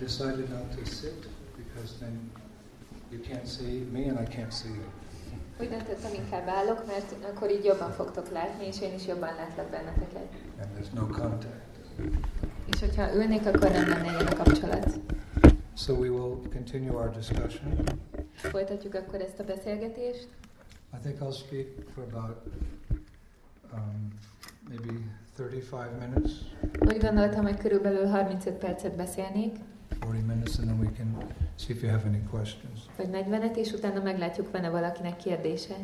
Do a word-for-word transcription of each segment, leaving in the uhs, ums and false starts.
decided not to sit because then you can't see me and I can't see you. Úgy döntöttem, inkább állok, mert akkor így jobban fogtok látni, és én is jobban látlak benneteket. And there's no contact. És hogyha ülnék, akkor nem lenne ilyen a kapcsolat. So we will continue our discussion. Folytatjuk akkor ezt a beszélgetést. I think I'll speak for about um, maybe thirty-five minutes. Úgy gondoltam, hogy körülbelül harmincöt percet beszélnék. forty minutes, and then we can see if you have any questions. Vagy negyvenet, és utána meglátjuk, van-e valakinek kérdése.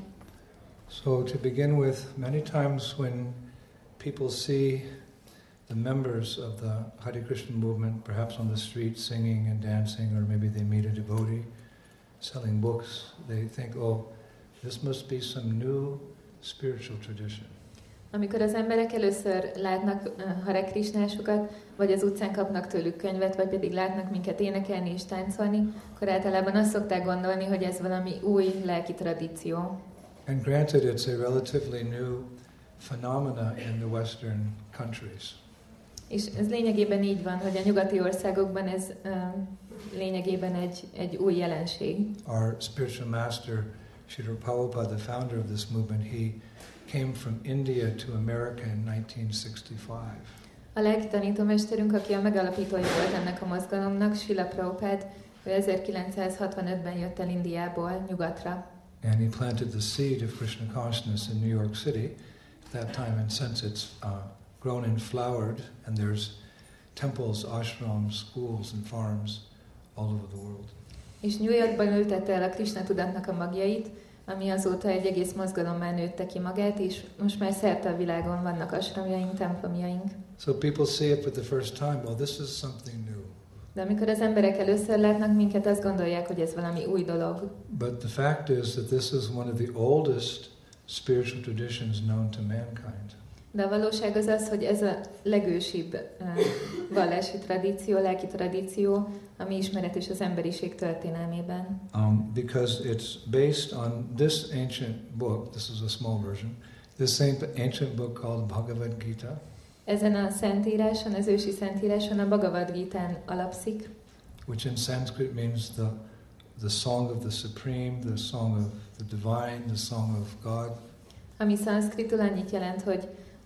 So to begin with, many times when people see the members of the Hare Krishna movement, perhaps on the street singing and dancing, or maybe they meet a devotee selling books, they think, oh, this must be some new spiritual tradition. Amikor az emberek először látnak uh, Hare Krishnásokat, vagy az utcán kapnak tőlük könyvet, vagy pedig látnak minket énekelni és táncolni, akkor általában azt szokták gondolni, hogy ez valami új lelki tradíció. And granted, it's a relatively new phenomena in the Western countries. És ez lényegében így van, hogy a nyugati országokban ez uh, lényegében egy, egy új jelenség. Our spiritual master, Srila Prabhupada, the founder of this movement, he came from India to America in nineteen sixty-five. A lelki tanítómesterünk, aki a megalapítója volt ennek a mozgalomnak, Srila Prabhupada, ő ezerkilencszázhatvanötben jött el Indiából nyugatra. And he planted the seed of Krishna consciousness in New York City at that time, and since it's uh, grown and flowered, and there's temples, ashrams, schools and farms all over the world. És New Yorkban ültette el a Krishna tudatnak a magjait, ami azóta egy egész mozgalommá nőtte ki magát, és most már szerte a világon vannak ashramjaink, templomjaink. So people see it for the first time, well, this is something new. De amikor az emberek először látnak minket, azt gondolják, hogy ez valami új dolog. But the fact is that this is one of the oldest spiritual traditions known to mankind. De a valóság az az, hogy ez a legősibb uh, vallási tradíció, lelki tradíció, ami ismeretes az emberiség történelmében. Um, because it's based on this ancient book, this is a small version, this same ancient book called Bhagavad Gita. Ezen a szentíráson, az ősi szentíráson a Bhagavad Gitán alapszik. Which in Sanskrit means the, the song of the supreme, the song of the divine, the song of God. Ami szanszkritul annyit jelent, hogy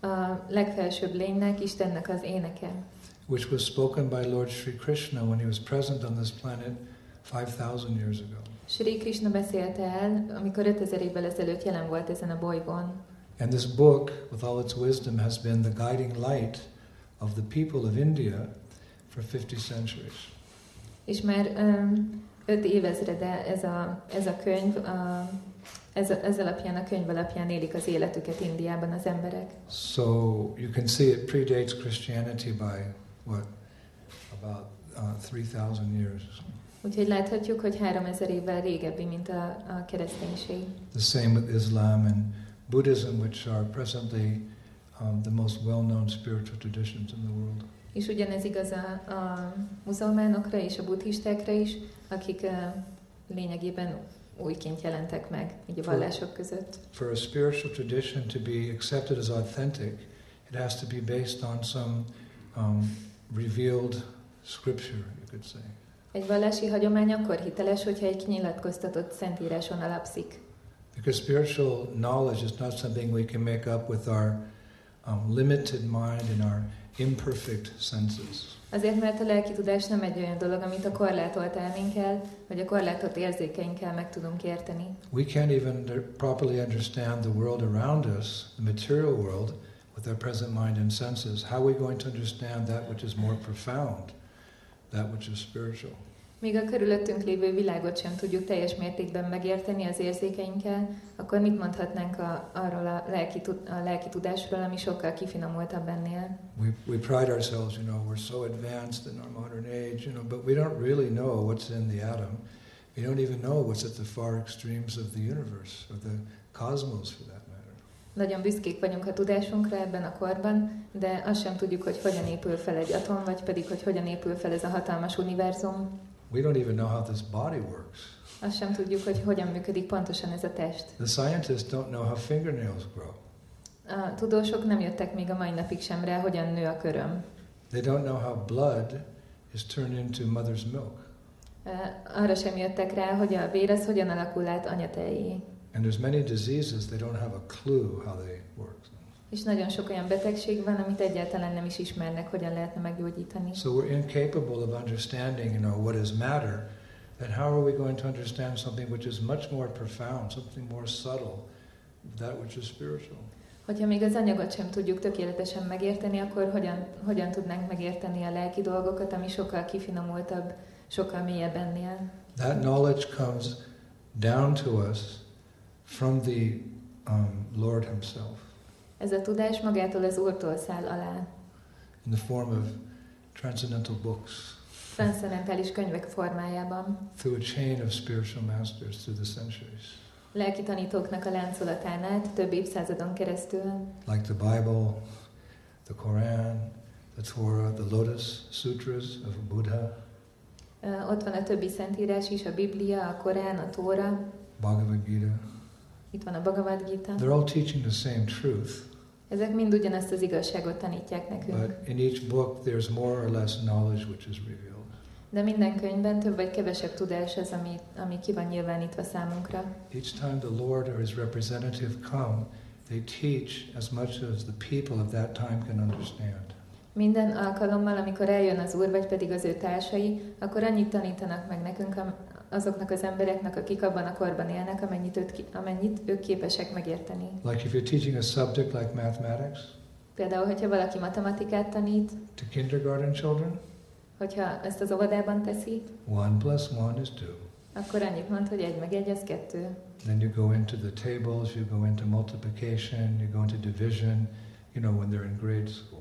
a legfelsőbb lénynek, Istennek az éneke. Which was spoken by Lord Sri Krishna when he was present on this planet five thousand years ago. Sri Krishna beszélte el, amikor ötezer évvel ezelőtt jelen volt ezen a bolygón. And this book, with all its wisdom, has been the guiding light of the people of India for fifty centuries. És már um, öt évezrede ez a, ez a könyv, a, ez, a, ez alapján, a könyv alapján élik az életüket Indiában az emberek. So you can see it predates Christianity by what, about uh, three thousand years. Úgyhogy láthatjuk, hogy háromezer évvel régebbi, mint a, a kereszténység. The same with Islam and Buddhism, which are presently um, the most well-known spiritual traditions in the world. És ugyanez igaz a, a muzulmánokra és a buddhistákra is, akik uh, lényegében újként jelentek meg így a vallások között. For a spiritual tradition to be accepted as authentic, it has to be based on some um, revealed scripture, you could say. Egy vallási hagyomány akkor hiteles, hogyha egy kinyilatkoztatott szentíráson alapszik. Because spiritual knowledge is not something we can make up with our um, limited mind and our imperfect senses. Azért, mert a lelki tudás nem egy olyan dolog, amit a korlátolt elménkkel, vagy a korlátolt érzékeinkkel meg tudunk érteni. We can't even properly understand the world around us, the material world, with our present mind and senses. How are we going to understand that which is more profound, that which is spiritual? Míg a körülöttünk lévő világot sem tudjuk teljes mértékben megérteni az érzékeinkkel, akkor mit mondhatnánk a, arról a lelki, a lelki tudásról, ami sokkal kifinomultabb ennél? We, we pride ourselves, you know, we're so advanced in our modern age, you know, but we don't really know what's in the atom. We don't even know what's at the far extremes of the universe, or the cosmos for that matter. Nagyon büszkék vagyunk a tudásunkra ebben a korban, de azt sem tudjuk, hogy hogyan épül fel egy atom, vagy pedig, hogy hogyan épül fel ez a hatalmas univerzum. We don't even know how this body works. Azt sem tudjuk, hogy hogyan működik pontosan ez a test. The scientists don't know how fingernails grow. A tudósok nem jöttek még a mai napig sem rá, hogyan nő a köröm. They don't know how blood is turned into mother's milk. Arra sem jöttek rá, hogy a vér az hogyan alakul át anyatejé. And there's many diseases they don't have a clue how they work. És nagyon sok olyan betegség van, amit egyáltalán nem is ismernek, hogyan lehetne meggyógyítani. So we're incapable of understanding, you know, what is matter. Then how are we going to understand something which is much more profound, something more subtle, that which is spiritual? Hogyha még az anyagot sem tudjuk tökéletesen megérteni, akkor hogyan, hogyan tudnánk megérteni a lelki dolgokat, ami sokkal kifinomultabb, sokkal mélyebb ennél? That knowledge comes down to us from the um, Lord Himself. Ez a tudás magától az Úrtól száll alá. In the form of transcendental books. Transzcendentális könyvek formájában. Through a chain of spiritual masters through the centuries. Lelki tanítóknak a láncolatán át több évszázadon keresztül. Like the Bible, the Quran, the Torah, the Lotus Sutras of Buddha. Uh, ott van a többi szentírás is, a Biblia, a Korán, a Tóra. Bhagavad Gita. Itt van a Bhagavad Gita. They're all teaching the same truth. Ezek mind ugyanazt az igazságot tanítják nekünk. But in each book there's more or less knowledge which is revealed. De minden könyvben több vagy kevesebb tudás az, ami, ami ki van nyilvánítva számunkra. Each time the Lord or His representative come, they teach as much as the people of that time can understand. Minden alkalommal, amikor eljön az Úr, vagy pedig az ő társai, akkor annyit tanítanak meg nekünk azoknak az embereknek, akik abban a korban élnek, amennyit, őt, amennyit ők képesek megérteni. Like if you're teaching a subject like mathematics. Például, hogyha valaki matematikát tanít. To kindergarten children. Hogyha ezt az óvodában teszi. One plus one is two. Akkor annyit mond, hogy egy meg egy, az kettő. Then you go into the tables, you go into multiplication, you go into division, you know, when they're in grade school.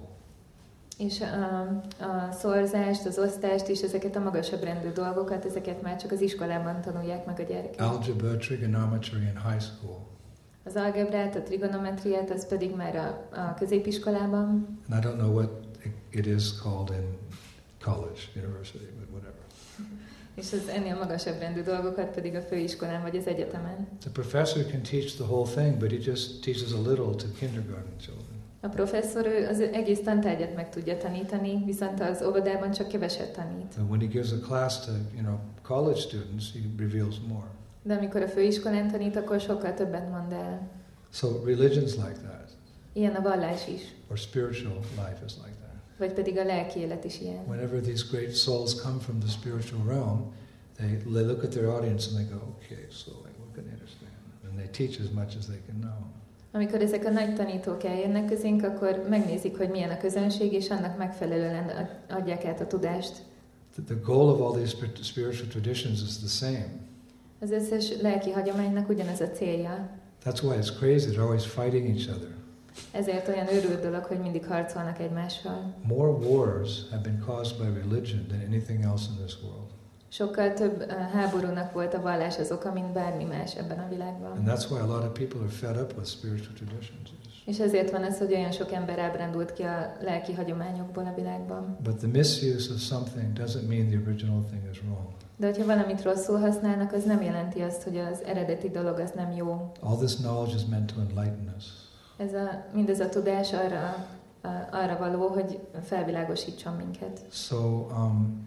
És a, a szorzást, az osztást és ezeket a magasabb rendű dolgokat, ezeket már csak az iskolában tanulják meg a gyerekek. Algebra, trigonometry in high school. Az algebrát, a trigonometriát, az pedig már a, a középiskolában. And I don't know what it is called in college, university, but whatever. És az ennél magasabb rendű dolgokat pedig a főiskolán vagy az egyetemen. The professor can teach the whole thing, but he just teaches a little to kindergarten children. A professzor ő az egész tantárgyat meg tudja tanítani, viszont az óvodában csak keveset tanít. And when he gives a class to, you know, college students, he reveals more. De amikor a főiskolán tanít, akkor sokkal többet mond el. So religion's like that. Ilyen a vallás is. Or spiritual life is like that. Vagy pedig a lelki élet is ilyen. Whenever these great souls come from the spiritual realm, they, they look at their audience and they go, okay, so like, what can they understand? And they teach as much as they can know. Amikor ezek a nagy tanítók eljönnek közénk, akkor megnézik, hogy milyen a közönség, és annak megfelelően adják át a tudást. The goal of all these spiritual traditions is the same. Az összes lelki hagyománynak ugyanez a célja. That's why it's crazy, they're always fighting each other. Ezért olyan őrült dolog, hogy mindig harcolnak egymással. More wars have been caused by religion than anything else in this world. Sokkal több háborúnak volt a vallás az oka, mint bármi más ebben a világban. And that's why a lot of people are fed up with spiritual traditions. És ezért van ez, hogy olyan sok ember ábrándult ki a lelki hagyományokból a világban. But the misuse of something doesn't mean the original thing is wrong. De hogyha valamit rosszul használnak, az nem jelenti azt, hogy az eredeti dolog az nem jó. All this knowledge is meant to enlighten us. Ez a, mindez a tudás arra, arra való, hogy felvilágosítson minket. So, um,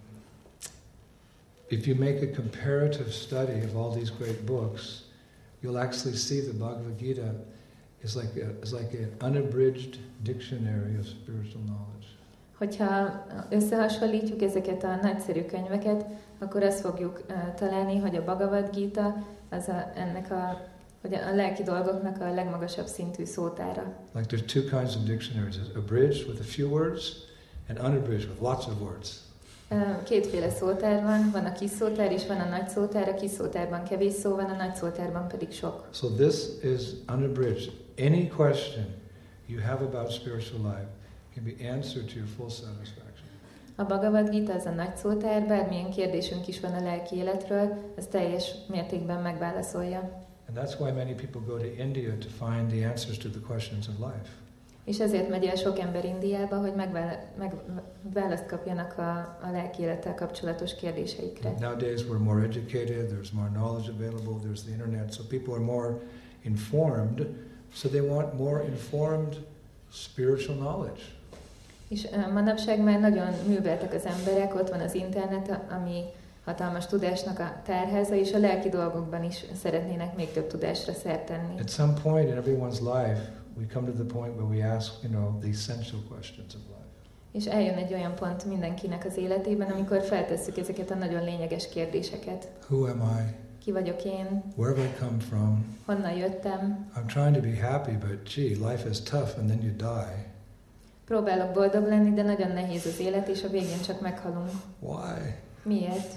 if you make a comparative study of all these great books, you'll actually see the Bhagavad Gita is like a, is like an unabridged dictionary of spiritual knowledge. Hogyha összehasonlítjuk ezeket a nagyszerű könyveket, akkor azt fogjuk uh, találni, hogy a Bhagavad Gita az a, ennek a hogy a lelki dolgoknak a legmagasabb szintű szótára. Like there's two kinds of dictionaries, abridged with a few words and unabridged with lots of words. Kétféle szótár van, van a kis szótár és van a nagy szótár, a kis szótárban kevés szó van, a nagy szótárban pedig sok. So this is unabridged. Any question you have about spiritual life can be answered to your full satisfaction. A Bhagavad Gita az a nagy szótár, bármilyen kérdésünk is van a lelki életről, az teljes mértékben megválaszolja. And that's why many people go to India to find the answers to the questions of life. És ezért megy el sok ember Indiába, hogy megválaszt kapjanak a, a lelki élettel kapcsolatos kérdéseikre. Nowadays we're more educated, there's more knowledge available, there's the internet, so people are more informed, so they want more informed spiritual knowledge. És uh, manapság már nagyon műveltek az emberek, ott van az internet, ami hatalmas tudásnak a tárháza, és a lelki dolgokban is szeretnének még több tudásra szert tenni. At some point in everyone's life, we come to the point where we ask, you know, the essential questions of life. És eljön egy olyan pont mindenkinek az életében, amikor feltesszük ezeket a nagyon lényeges kérdéseket. Who am I? Ki vagyok én? Where have I come from? Honnan jöttem? I'm trying to be happy, but gee, life is tough and then you die. Próbálok boldog lenni, de nagyon nehéz az élet, és a végén csak meghalunk. Why? Miért?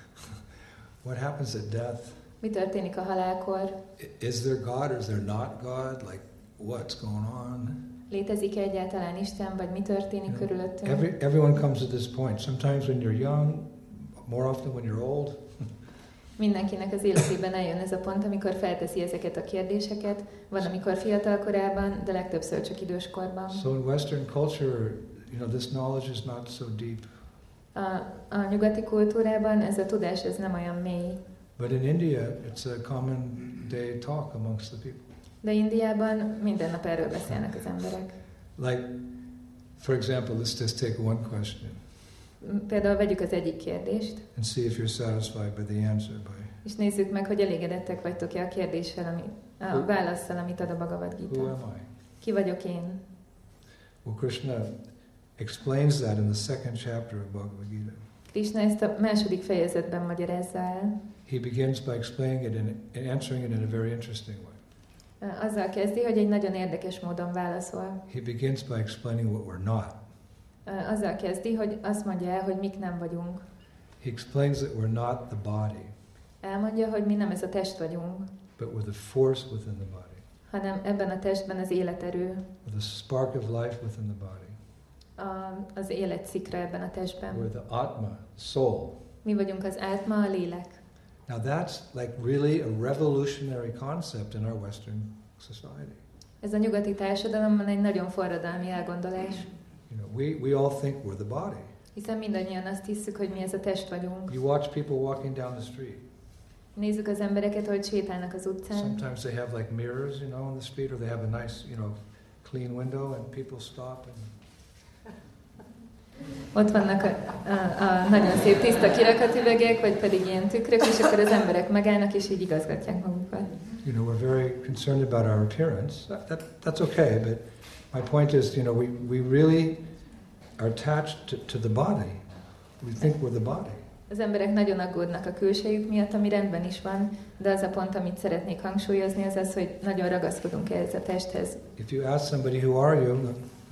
What happens at death? Mi történik a halálkor? Is there God or is there not God? Like, what's going on? Létezik-e egyáltalán Isten, vagy mi történik You know, körülöttünk? every, everyone comes to this point. Sometimes when you're young, more often when you're old. Mindenkinek az életében eljön ez a pont, amikor felteszi ezeket a kérdéseket. Van, amikor fiatal korában, de legtöbbször csak időskorban. So in Western culture, you know, this knowledge is not so deep. A, a nyugati kultúrában ez a tudás ez nem olyan mély. But in India, it's a common day talk amongst the people. De Indiában minden nap erről beszélnek az emberek. Like, for example, let's just take one question. Például vegyük az egyik kérdést, and see if you're satisfied by the answer. By és nézzük meg, hogy elégedettek vagytok-e a kérdéssel, ami, a válasszal, amit ad a Bhagavad Gita. Who am I? Ki vagyok én? Well, Krishna explains that in the second chapter of Bhagavad Gita. Krishna ezt a második fejezetben magyarázza el. He begins by explaining it and answering it in a very interesting way. Azzal kezdi, hogy egy nagyon érdekes módon válaszol. He begins by explaining what we're not. Azzal kezdi, hogy azt mondja el, hogy mik nem vagyunk. He explains that we're not the body. Elmondja, hogy mi nem ez a test vagyunk, but we're the force within the body. hanem ebben a testben az életerő, We're the spark of life within the body. a, az életszikra ebben a testben. We're the atma, soul. Mi vagyunk az átma, a lélek. Now that's like really a revolutionary concept in our Western society. Ez a nyugati társadalomban egy nagyon forradalmi elgondolás. You know, we, we all think we're the body. Hiszen mindannyian azt hiszük, hogy mi ez a test vagyunk. You watch people walking down the street. Nézzük az embereket, hogy sétálnak az utcán. Sometimes they have like mirrors, you know, on the street, or they have a nice, you know, clean window, and people stop and. Ott vannak a, a, a nagyon szép tiszta kirakatüvegek, vagy pedig ilyen tükrök, és akkor az emberek megállnak, és így igazgatják magukat. You know, we're very concerned about our appearance. That, that, that's okay, but my point is, you know, we, we really are attached to, to the body. We think we're the body. Az emberek nagyon aggódnak a külsejük miatt, ami rendben is van, de az a pont, amit szeretnék hangsúlyozni, az az, hogy nagyon ragaszkodunk ehhez a testhez. If you ask somebody, who are you?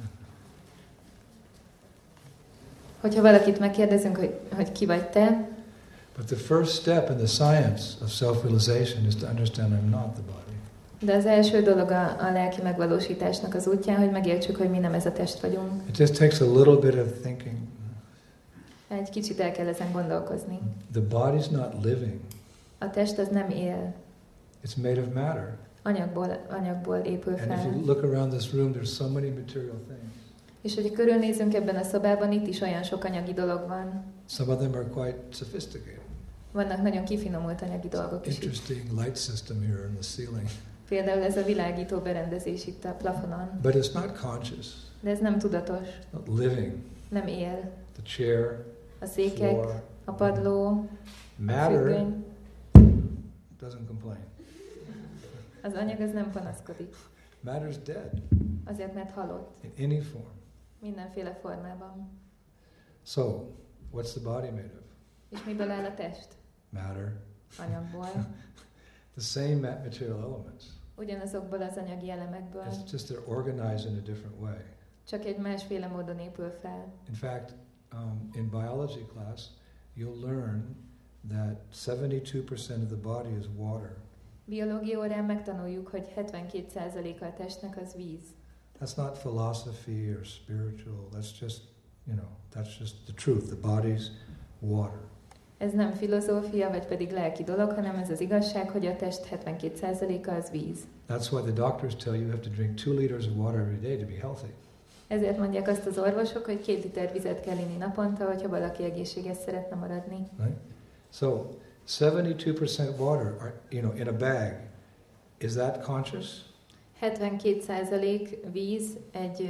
Hogyha valakit megkérdezünk, hogy, hogy ki vagy te, but the first step in the science of self-realization is to understand I'm not the body. De az első dolog a, a lelki megvalósításnak az útján, hogy megértsük, hogy mi nem ez a test vagyunk. It just takes a little bit of thinking. Egy kicsit el kell ezen gondolkozni. The body's not living. A test az nem él. It's made of matter. Anyagból, anyagból épül And if fel. you look around this room, there's so many material things. És hogyha körülnézünk ebben a szobában, itt is olyan sok anyagi dolog van. Some of them are quite sophisticated. Vannak nagyon kifinomult anyagi dolgok is. Interesting light system here in the ceiling. Például ez a világító berendezés itt a plafonon. But it's not conscious. De ez nem tudatos. Not living. Nem él. The chair, A székek, floor, a padló, matter a függöny. doesn't complain. Az anyag az nem panaszkodik. Matter's dead Azért, mert halott. in any form. Mindenféle formában. So, what's the body made of? És miből áll a test? Matter. Anyagból. The same material elements. Ugyanazokból az anyagi elemekből. It's just they're organized in a different way. Csak egy másféle módon épül fel. In fact, um, in biology class, you'll learn that seventy-two percent of the body is water. Biológia órán megtanuljuk, hogy hetvenkét százaléka a testnek az víz. That's not philosophy or spiritual. That's just, you know, that's just the truth. The body's water. Ez nem filozófia, vagy pedig lelki dolog, hanem ez az igazság, hogy a test hetvenkét százaléka az víz. That's why the doctors tell you you have to drink two liters of water every day to be healthy. Ezért mondják azt az orvosok, hogy két liter vizet kell inni naponta, hogyha valaki egészséges szeretne maradni. Right? So, seventy-two percent water, are, you know, in a bag. Is that conscious? hetvenkét százalék víz egy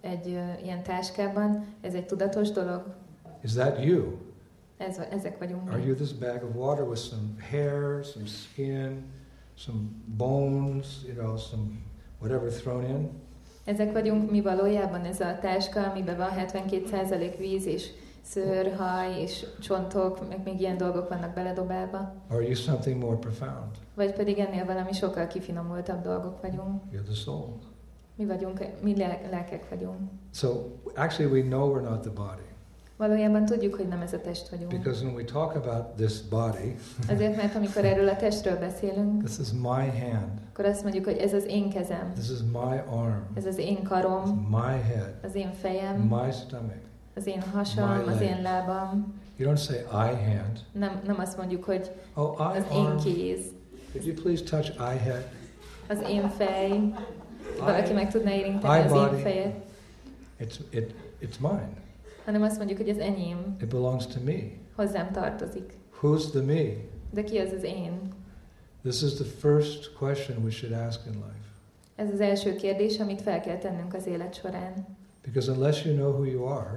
egy uh, ilyen táskában, ez egy tudatos dolog. Is that you? Ez, ezek vagyunk mi. Are you this bag of water with some hair, some skin, some bones, you know, some whatever thrown in? Ezek vagyunk mi valójában, ez a táska, amiben van hetvenkét százalék víz és szőr, haj és csontok, meg még ilyen dolgok vannak beledobálva. Or are you something more profound? Vagy pedig ennél valami sokkal kifinomultabb dolgok vagyunk. You're the soul. Mi vagyunk, mi lel- lelkek vagyunk. So actually we know we're not the body. Valójában tudjuk, hogy nem ez a test vagyunk. Because when we talk about this body, Azért, mert amikor erről a testről beszélünk, this is my hand. akkor azt mondjuk, hogy ez az én kezem. This is my arm. Ez az én karom. It's my head. Az én fejem. My stomach. Az én hasam, az én lábam. You don't say I hand. Nem, nem azt mondjuk, hogy Oh, I az arm. én kéz. Could you please touch I head? Az én fej. Valaki meg tudná érinteni az én fejet. It's, it, it's mine. Hanem azt mondjuk, hogy ez enyém. It belongs to me. Hozzám tartozik. Who's the me? De ki az az én? This is the first question we should ask in life. Ez az első kérdés, amit fel kell tennünk az élet során. Because unless you know who you are,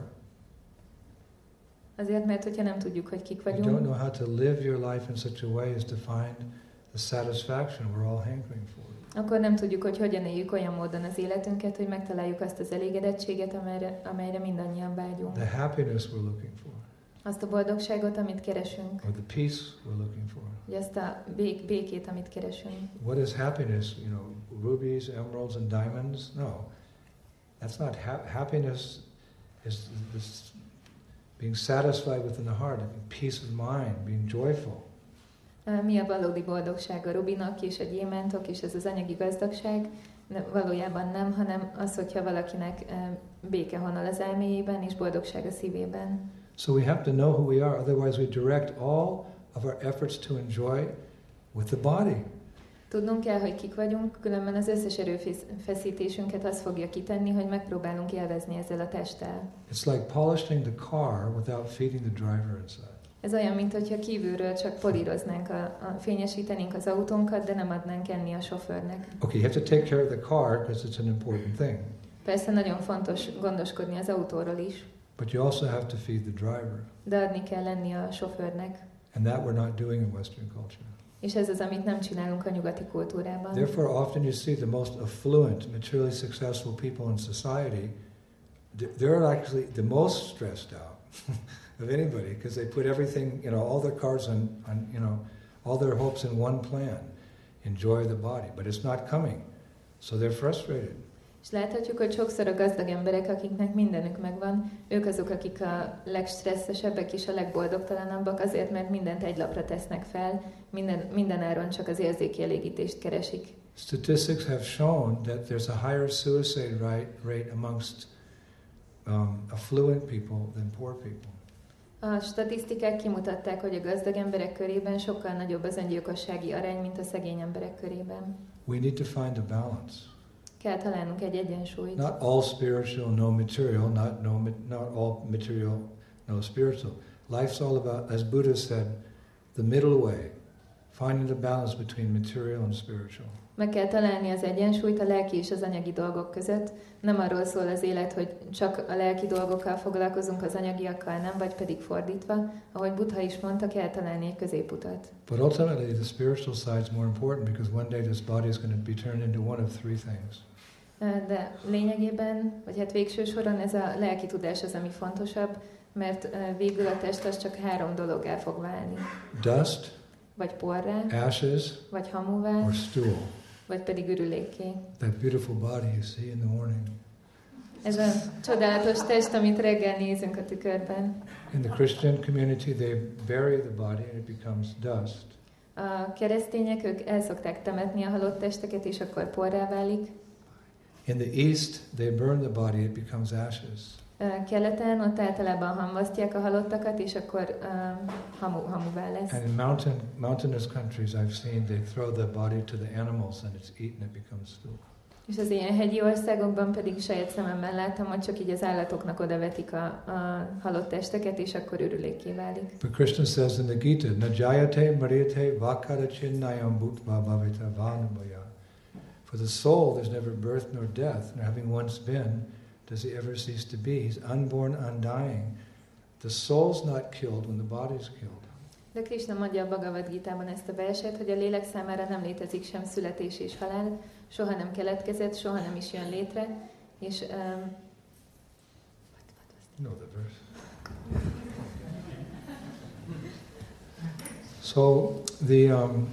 azért, mert hogyha nem tudjuk, hogy kik you don't vagyunk, know how to live your life in such a way as to find the satisfaction we're all hankering for. akkor nem tudjuk, hogy hogyan éljük olyan módon az életünket, hogy megtaláljuk azt az elégedettséget, amelyre, amelyre mindannyian vágyunk. The happiness we're looking for. Azt a boldogságot, amit keresünk. Or the peace we're looking for. Vagy azt a bék, békét, amit keresünk. What is happiness? You know, rubies, emeralds, and diamonds? No. That's not ha- happiness. Is this being satisfied within the heart, peace of mind, being joyful. Mi a valódi boldogság? A rubinok és a gyémántok és ez az anyagi gazdagság? Ne, valójában nem, hanem az, hogyha valakinek béke honol az elméjében és boldogság a szívében. So we have to know who we are, otherwise we direct all of our efforts to enjoy with the body. Tudnunk kell, hogy kik vagyunk, különben az összes erőfeszítésünket az fogja kitenni, hogy megpróbálunk élvezni ezzel a testtel. It's like polishing the car without feeding the driver inside. Ez olyan, mint hogyha kívülről csak políroznánk, a, a, fényesítenénk az autónkat, de nem adnánk enni a sofőrnek. Okay, you have to take care of the car because it's an important thing. Persze nagyon fontos gondoskodni az autóról is. But you also have to feed the driver. De adni kell lenni a sofőrnek. And that we're not doing in Western culture. És ez az, amit nem csinálunk a nyugati kultúrában. Therefore, often you see the most affluent, materially successful people in society, they're actually the most stressed out of anybody because they put everything, you know, all their cards on, on, you know, all their hopes in one plan. Enjoy the body, but it's not coming. So they're frustrated. És láthatjuk, hogy sokszor a gazdag emberek, akiknek mindenük megvan, ők azok, akik a legstresszesebbek és a legboldogtalanabbak, azért, mert mindent egy lapra tesznek fel, minden, minden áron csak az érzékielégítést keresik. Statistics have shown that there's a higher suicide rate, rate amongst um, affluent people than poor people. A statisztikák kimutatták, hogy a gazdag emberek körében sokkal nagyobb az öngyilkossági arány, mint a szegény emberek körében. We need to find a balance. Kell találnunk egy egyensúlyt. Not all spiritual, no material, not, no, not all material, no spiritual. Life's all about, as Buddha said, the middle way, finding the balance between material and spiritual. Meg kell találni az egyensúlyt a lelki és az anyagi dolgok között. Nem arról szól az élet, hogy csak a lelki dolgokkal foglalkozunk, az anyagiakkal nem, vagy pedig fordítva. Ahogy Buddha is mondta, kell találni egy középutat. But ultimately the spiritual side is more important because one day this body is going to be turned into one of three things. De lényegében, vagy hát végső soron ez a lelki tudás az, ami fontosabb, mert végül a test az csak három dologgá fog válni. Dust, vagy porrá, ashes, vagy hamuvá, or stool. Vagy pedig ürülékké. That beautiful body you see in the morning. Ez a csodálatos test, amit reggel nézünk a tükörben. In the Christian community they bury the body and it becomes dust. A keresztények, ők el szokták temetni a halott testeket, és akkor porrá válik. In the East they burn the body, it becomes ashes. Keleten ott általában hamvasztják a halottakat, és akkor um, hamu, hamuvá lesz. And in mountain, mountainous countries I've seen they throw the body to the animals and it's eaten, it becomes stool. És az ilyen hegyi országokban pedig saját szememmel láttam, hogy csak így az állatoknak odavetik a, a halott testeket, és akkor ürülékké válik. But Krishna says in the Gita, Najayate Marite Vakara Chinnayam Bhutva Bhavita Vanubhaya. For the soul there's never birth nor death, and having once been, does he ever cease to be. He's unborn, undying. The soul's not killed when the body's killed. De Krishna mondja a Bhagavad Gítában ezt a verset, hogy a lélek számára nem létezik sem születés és halál, soha nem keletkezett, soha nem is jön létre, és... Um, You know the verse. So the um,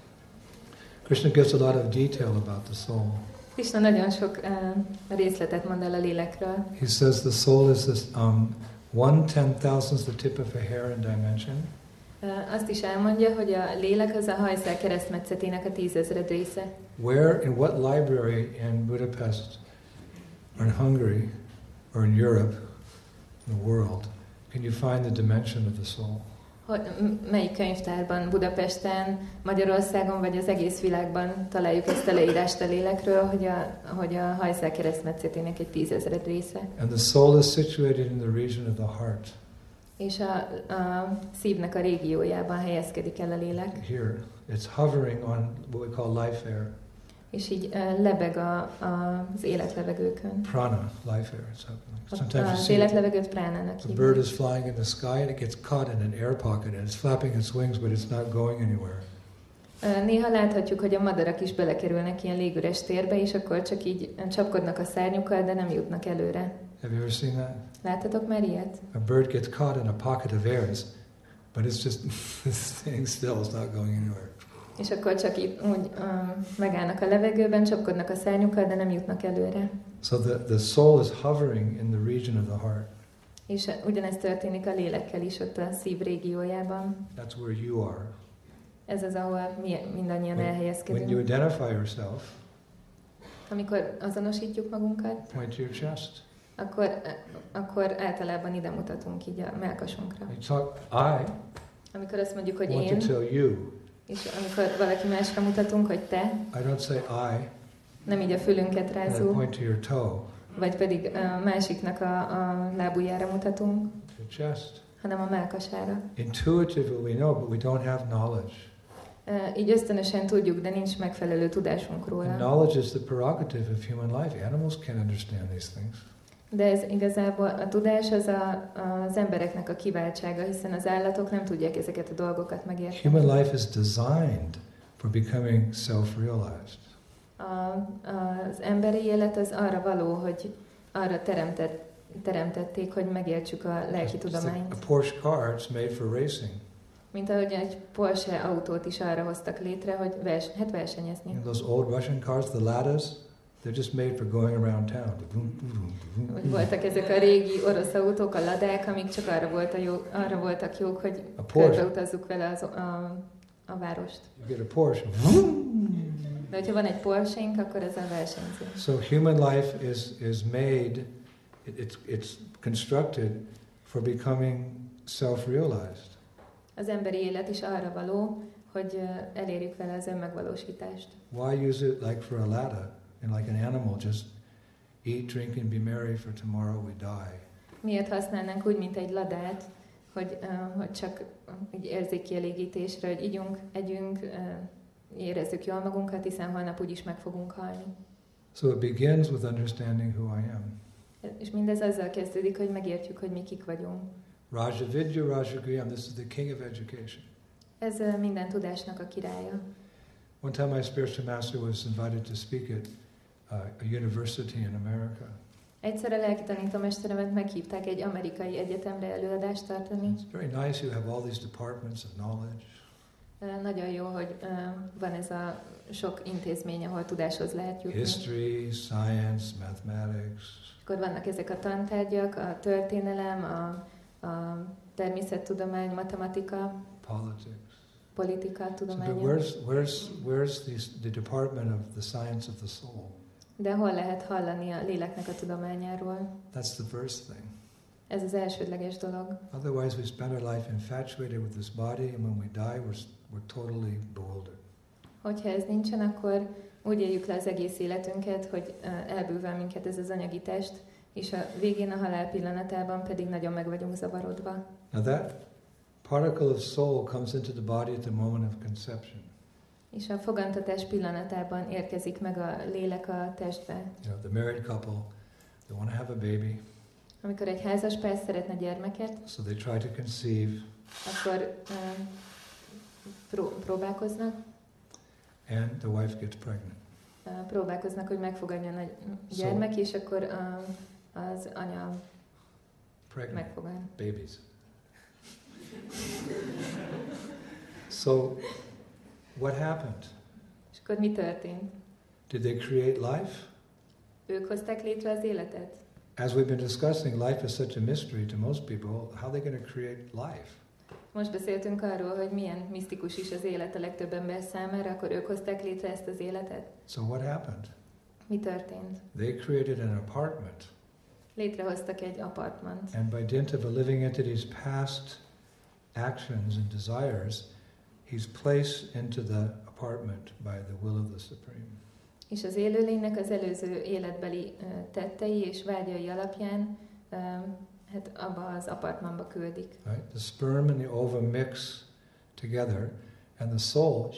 Krishna gives a lot of detail about the soul. Krishna nagyon sok uh, részletet mond el a lélekről. He says the soul is this um, one ten thousandth the tip of a hair in dimension. Uh, azt is elmondja, hogy a lélek az a hajszál keresztmetszetének a tízezred része. Where, in what library in Budapest, or in Hungary, or in Europe, in the world, can you find the dimension of the soul? Hogy, melyik könyvtárban, Budapesten, Magyarországon, vagy az egész világban találjuk ezt a leírást a lélekről, hogy a, hogy a hajszál keresztmetszetének egy tízezred része. And the soul is situated in the region of the heart. És a, a szívnek a régiójában helyezkedik el a lélek. Here, it's hovering on what we call life air. És így uh, lebeg a, a, az életlevegőkön. Prana, life air. Sometimes az életlevegőt pránának hívják. A bird is flying in the sky and it gets caught in an air pocket and it's flapping its wings but it's not going anywhere. Uh, néha láthatjuk, hogy a madarak is belekerülnek ilyen légüres térbe, és akkor csak így csapkodnak a szárnyukkal, de nem jutnak előre. Have you ever seen that? Láttatok már ilyet? A bird gets caught in a pocket of air, but it's just staying still, it's not going anywhere. És akkor csak így úgy um, megállnak a levegőben, csapkodnak a szárnyukkal, de nem jutnak előre. So the, the soul is hovering in the region of the heart. És ugyanezt történik a lélekkel is, ott a szív régiójában. That's where you are. Ez az, ahol mi mindannyian when, elhelyezkedünk. when you identify yourself, amikor azonosítjuk magunkat, point to your chest. Akkor, akkor általában ide mutatunk így a mellkasunkra. You talk, I amikor azt mondjuk, hogy want én, to tell you. És amikor valaki másra mutatunk, hogy te, I don't say I, nem így a fülünket rázunk, point to your toe. Vagy pedig a másiknak a, a lábujjára mutatunk, Your chest. hanem a mellkasára. Intuitively we know, but we don't have knowledge. Uh, így ösztönösen tudjuk, de nincs megfelelő tudásunk róla. And knowledge is the prerogative of human life. Animals can't understand these things. De ez igazából a tudás az a, az embereknek a kiváltsága, hiszen az állatok nem tudják ezeket a dolgokat megérteni. Human life is designed for becoming self-realized. A, az emberi élet az arra való, hogy arra teremtett, teremtették, hogy megértsük a lelki tudományt. A Porsche car is made for racing. Mint ahogy egy Porsche autót is arra hoztak létre, hogy vers, hát versenyezni. And those old Russian cars, the Ladas, they're just made for going around town. Hogy voltak ezek a régi orosz autók, a ladák, amik csak arra, volt a jó, arra voltak jók, hogy körbeutazzuk vele az, a, a várost. You get a Porsche. De hogyha van egy Porsche-nk, akkor ez a versenyző. So human life is is made, it, it's it's constructed for becoming self-realized. Az emberi élet is arra való, hogy elérjük vele az önmegvalósítást. Why use it like for a Lada? And like an animal, just eat, drink and be merry, for tomorrow we die. Miért használnánk úgy, mint egy ladát, hogy, uh, hogy csak egy érzékkielégítésre, hogy ígyunk, együnk, uh, érezzük jól magunkat, hiszen holnap úgyis meg fogunk halni. So it begins with understanding who I am. És mindez azzal kezdődik, hogy megértjük, hogy mi kik vagyunk. Rajavidya Rajaguhyam, this is the king of education. Ez uh, minden tudásnak a királya. One time my spiritual master was invited to speak at uh, a university in America. Egyszer a lelki tanítómesteremet meghívták egy amerikai egyetemre előadást tartani. It's very nice you have all these departments of knowledge. Uh, nagyon jó, hogy uh, van ez a sok intézmény, ahol tudáshoz lehet jutni. History, science, mathematics. Akkor vannak ezek a tantárgyak, a történelem, a, a természettudomány, matematika, politics. Politika, tudománya. So, but where's where's where's this, the department of the science of the soul? De hol lehet hallani a léleknek a tudományáról? That's the first thing. Ez az elsődleges dolog. Otherwise we spend our life infatuated with this body, and when we die we're we're totally bewildered. Hogyha ez nincsen, akkor úgy éljük le az egész életünket, hogy elbűvöl minket ez az anyagi test, és a végén a halál pillanatában pedig nagyon meg vagyunk zavarodva. Now that particle of soul comes into the body at the moment of conception. És a fogantatás pillanatában érkezik meg a lélek a testbe. You know, the married couple They want to have a baby. Amikor egy házaspár szeretne gyermeket, So they try to conceive. akkor um, pró- próbálkoznak. And the wife gets pregnant. Uh, próbálkoznak, hogy megfogadjon egy gyermek, so, és akkor um, az anya megfogad. Babies. So, what happened? És akkor mi történt? Did they create life? Ők hozták létre az életet? As we've been discussing, life is such a mystery to most people. How are they going to create life? Most beszéltünk arról, hogy milyen misztikus is az élet a legtöbb ember számára, akkor ők hozták létre ezt az életet. So what happened? Mi történt? They created an apartment. Létrehoztak egy apartmant. And by dint of a living entity's past actions and desires, he's placed into the apartment by the will of the Supreme. És az élőlénynek az előző életbeli uh, tettei és vágyai alapján um, hát abba az apartmanba küldik. Right? The sperm and the ovum mix together, and the soul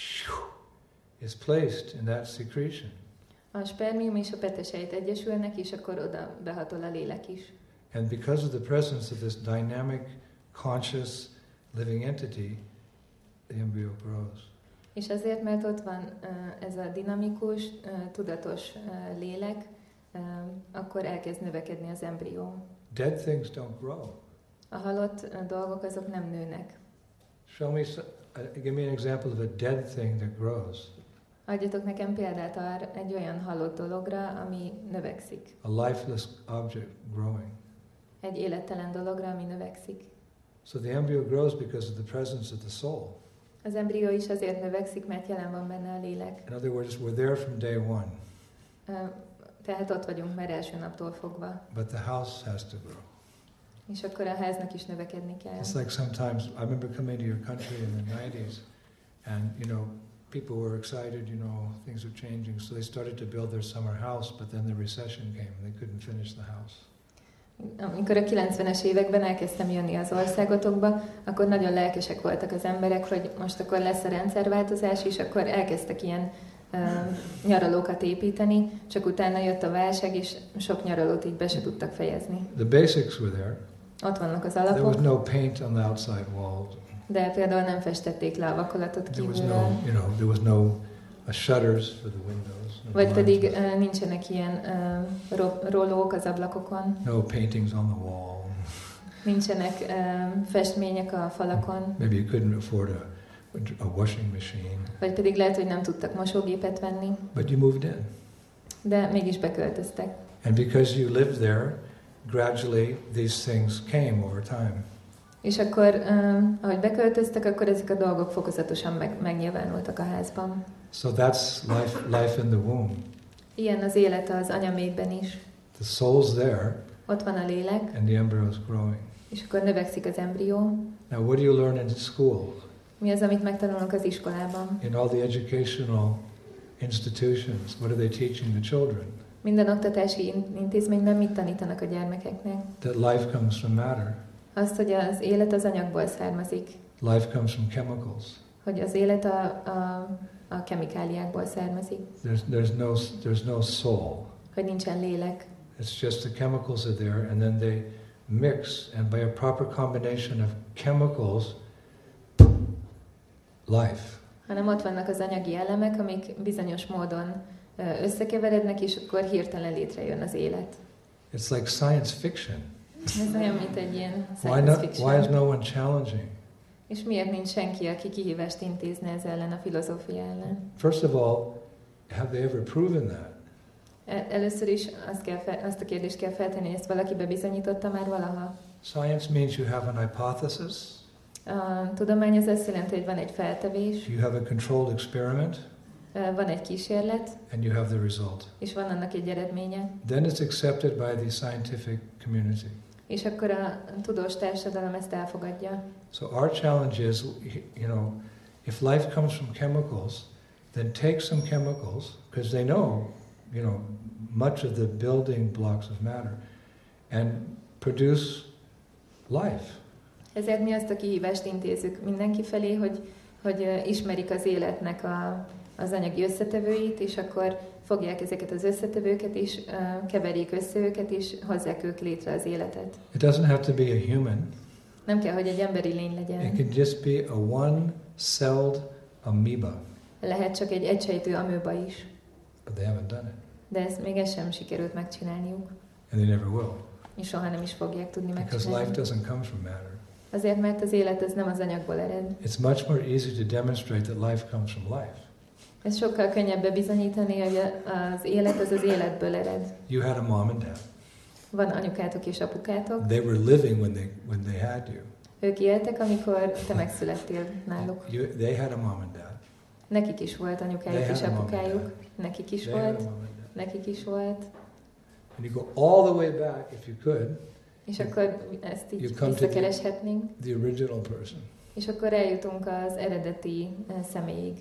is placed in that secretion. A spermium és a petesejt egyesülnek, és akkor oda behatol a lélek is. And because of the presence of this dynamic, conscious, living entity, the embryo grows. És azért, mert ott van uh, ez a dinamikus, uh, tudatos uh, lélek, uh, akkor elkezd növekedni az embrió. Dead things don't grow. A halott uh, dolgok azok nem nőnek. Show me, uh, give me an example of a dead thing that grows. Adjatok nekem példát arra egy olyan halott dologra, ami növekszik. A lifeless object growing. Egy élettelen dologra, ami növekszik. So the embryo grows because of the presence of the soul. Az embrió is azért növekszik, mert jelen van benne a lélek. In other words, we're there from day one. Uh, tehát ott vagyunk már első naptól fogva. But the house has to grow. És akkor a háznak is növekedni kell. It's like sometimes, I remember coming to your country in the nineties, and you know, people were excited, you know, things are changing, so they started to build their summer house, but then the recession came and they couldn't finish the house. Amikor a kilencvenes években elkezdtem jönni az országotokba, akkor nagyon lelkesek voltak az emberek, hogy most akkor lesz a rendszerváltozás, és akkor elkezdtek ilyen uh, nyaralókat építeni, csak utána jött a válság, és sok nyaralót így be se tudtak fejezni. The basics were there. Ott vannak az There was alapok, no paint on the outside walls. de például nem festették le a vakolatot There was kívülről. no, you know, there was no uh, shutters for the windows. No Vagy pedig blinds. uh, nincsenek ilyen uh, ro- rolók az ablakokon, No paintings on the wall. nincsenek uh, festmények a falakon, Maybe you couldn't afford a, a washing machine, vagy pedig lehet, hogy nem tudtak mosógépet venni, but you moved in. de mégis beköltöztek. And because you lived there, gradually these things came over time. És akkor, um, ahogy beköltöztek, akkor ezek a dolgok fokozatosan meg, megnyilvánultak a házban. So that's life, life in the womb. Ilyen az élet az anyamékben is. The soul's there, Ott van a lélek, and the embryo is growing. és akkor növekszik az embrió. Now, what do you learn in school? Mi az, amit megtanulunk az iskolában? In all the educational institutions, what are they teaching the children? Minden oktatási intézményben mit tanítanak a gyermekeknek? That life comes from matter. Azt, hogy az élet az anyagból származik. Life comes from chemicals. Hogy az élet a, a, a kemikáliákból származik. There's, there's, no, there's no soul. Hogy nincsen lélek. It's just the chemicals are there, and then they mix, and by a proper combination of chemicals, life. Hanem ott vannak az anyagi elemek, amik bizonyos módon összekeverednek, és akkor hirtelen létrejön az élet. It's like science fiction. Ez olyan, mint egy ilyen Why, science not, fiction. why is no one challenging? És miért nincs senki, aki kihívást intézne ez ellen, a filozófia ellen? First of all, have they ever proven that? Először is azt, kell fel, azt a kérdést kell feltenni, hogy ezt valaki bebizonyította már valaha. Science means you have an hypothesis. A tudomány az azt jelenti, hogy van egy feltevés, You have a controlled experiment, van egy kísérlet, and you have the result. és van annak egy eredménye. Then it's accepted by the scientific community. És akkor a tudós társadalom ezt elfogadja. So our challenge is, you know, if life comes from chemicals, then take some chemicals, because they know, you know, much of the building blocks of matter, and produce life. Ezért mi azt a kihívást intézzük mindenki felé, hogy, hogy ismerik az életnek a, az anyagi összetevőit, és akkor fogják ezeket az összetevőket, és uh, keverjék össze őket, és hozzák ők létre az életet. It doesn't have to be a human. Nem kell, hogy egy emberi lény legyen. It can just be a one-celled amoeba. Lehet csak egy egysejtű amöba is. But they haven't done it. De ezt még ezt sem sikerült megcsinálniuk. And they never will. És soha nem is fogják tudni Because megcsinálni. life doesn't come from matter. Azért, mert az élet az nem az anyagból ered. It's much more easy to demonstrate that life comes from life. Ez sokkal könnyebb bebizonyítani, hogy az élet az az életből ered. You had a mom and dad. Van anyukátok és apukátok. They were living when they when they had you. Ők éltek, amikor te megszülettél náluk. You, they had a mom and dad. Nekik is volt anyukájuk They és had a mom apukájuk. and Nekik is They had a volt. mom and dad. Nekik is volt. And you go all the way back, if you could, És akkor ezt You így come to the- visszakereshetnénk. the original person. És akkor eljutunk az eredeti eh, személyig.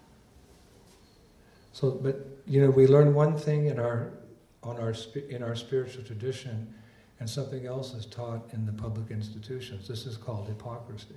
So, but you know, we learn one thing in our on our spi- in our spiritual tradition, and something else is taught in the public institutions. This is called hypocrisy.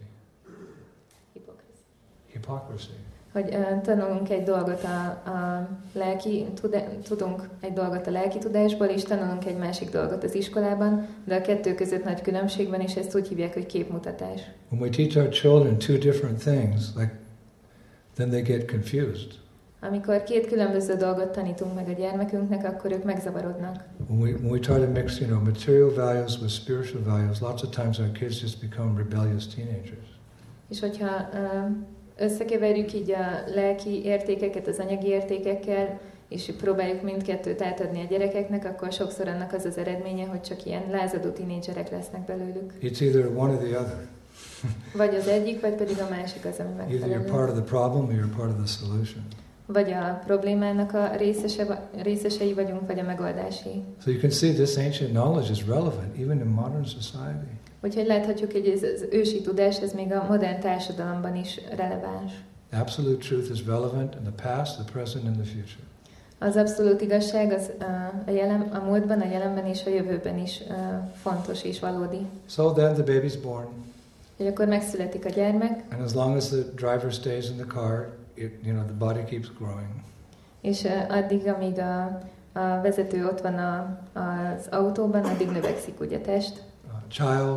Hypocrisy. Hogy uh, tanulunk egy dolgot a, a lelki, tuda, tudunk egy dolgot a lelki tudásból, és tanulunk egy másik dolgot az iskolában, de a kettő között nagy különbség van, és ezt úgy hívják, hogy képmutatás. When we teach our children two different things, like, then they get confused. Amikor két különböző dolgot tanítunk meg a gyermekünknek, akkor ők megzavarodnak. When we when we try to mix, you know, material values with spiritual values, lots of times our kids just become rebellious teenagers. És hogyha uh, összekeverjük így a lelki értékeket az anyagi értékekkel, és próbáljuk mindkettőt átadni a gyerekeknek, akkor sokszor annak az az eredménye, hogy csak ilyen lázadó tínédzserek lesznek belőlük. It's either one or the other. Vagy az egyik, vagy pedig a másik az, ami Either you're part megfelelő. of the problem or you're part of the solution. Vagy a problémának a részese, részesei vagyunk, vagy a megoldásai. So you can see this ancient knowledge is relevant even in modern society. Úgyhogy láthatjuk, hogy ez az ősi tudás, ez még a modern társadalomban is releváns. Absolute truth is relevant in the past, the present, and the future. Az abszolút igazság az uh, a, jelen, a múltban, a jelenben és a jövőben is uh, fontos és valódi. So then the baby's born, Hogy akkor megszületik a gyermek, and as long as the driver stays in the car, it, you know, the body keeps growing. és uh, addig, amíg a, a vezető ott van a, az autóban, addig növekszik ugye a test. Uh, child,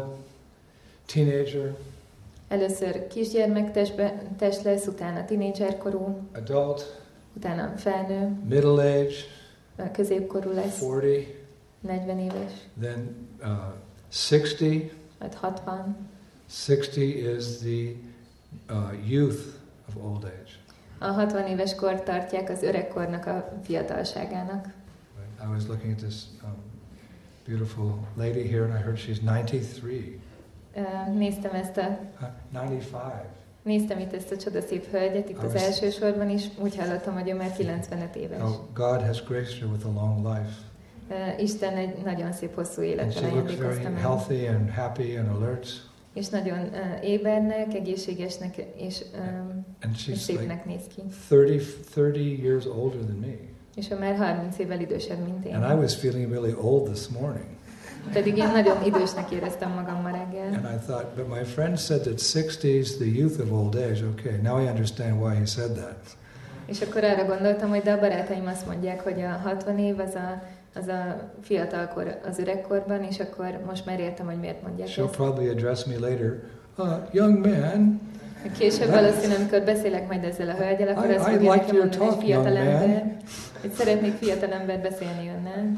teenager, Először kisgyermek testbe, test lesz, utána tinédzserkorú, adult, utána felnő, middle age, középkorú lesz, forty, negyven éves, then uh, sixty. majd hatvan. sixty is the uh, youth of old age. A hatvan éves kor tartják az öregkornak a fiatalságának. Right? I was looking at this um, beautiful lady here, and I heard she's ninety-three. Uh, Néztem ezt a Uh, ninety-five. Néztem itt ezt a csodaszép hölgyet, itt az Ahhoz- első sorban is, úgy hallottam, hogy ő már kilencvenöt éves. How God has graced her with a long life. Uh, Isten egy nagyon szép hosszú And életre she looks very ajándékozta meg. healthy and happy and alert. És nagyon uh, ébernek, egészségesnek és, um, And és she's like szépnek néz ki. thirty, thirty years older than me. És ő már harminc évvel idősebb, mint én. And I was feeling really old this morning. Pedig én nagyon idősnek éreztem magam ma reggel. And I thought, but my friend said that sixty is the youth of old age. Okay, now I understand why he said that. És akkor arra gondoltam, hogy de a barátaim azt mondják, hogy a hatvan év az a, az a fiatalkor az öregkorban, és akkor most már értem, hogy miért mondják She'll ezt. probably address me later. Uh, young man, Később valószínűleg, amikor beszélek majd ezzel a hölgyel, akkor I- azt I fogja like nekem your mondani, hogy talk, young fiatalember, hogy szeretnék fiatalember beszélni önnel.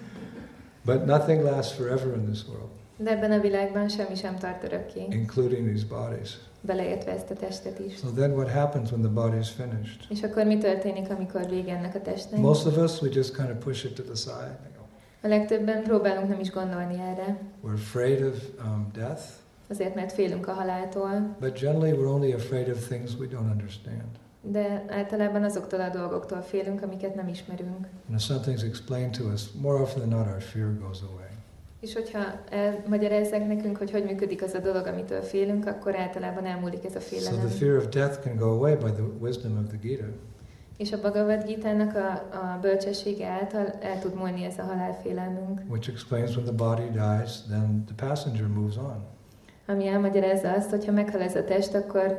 but nothing lasts forever in this world, De ebben a világban semmi sem tart örökké, including these bodies. beleértve ezt a testet is. So then what happens when the body is finished? És akkor mi történik, amikor vége ennek a testnek? Most of us, we just kind of push it to the side. A legtöbben próbálunk nem is gondolni erre, We're afraid of um, death, azért mert félünk a haláltól, but generally we're only afraid of things we don't understand. de általában azoktól a dolgoktól félünk, amiket nem ismerünk. And if something's explained to us, more often than not our fear goes away. És hogyha elmagyarázzák nekünk, hogy hogy működik az a dolog, amitől félünk, akkor általában elmúlik ez a So félelem. the fear of death can go away by the wisdom of the Gita. És a Bhagavad Gita-nak a, a bölcsessége által el tud múlni ez a halálfélelmünk, Which explains when the body dies, then the passenger moves on. ami elmagyarázza azt, hogy ha meghal ez a test, akkor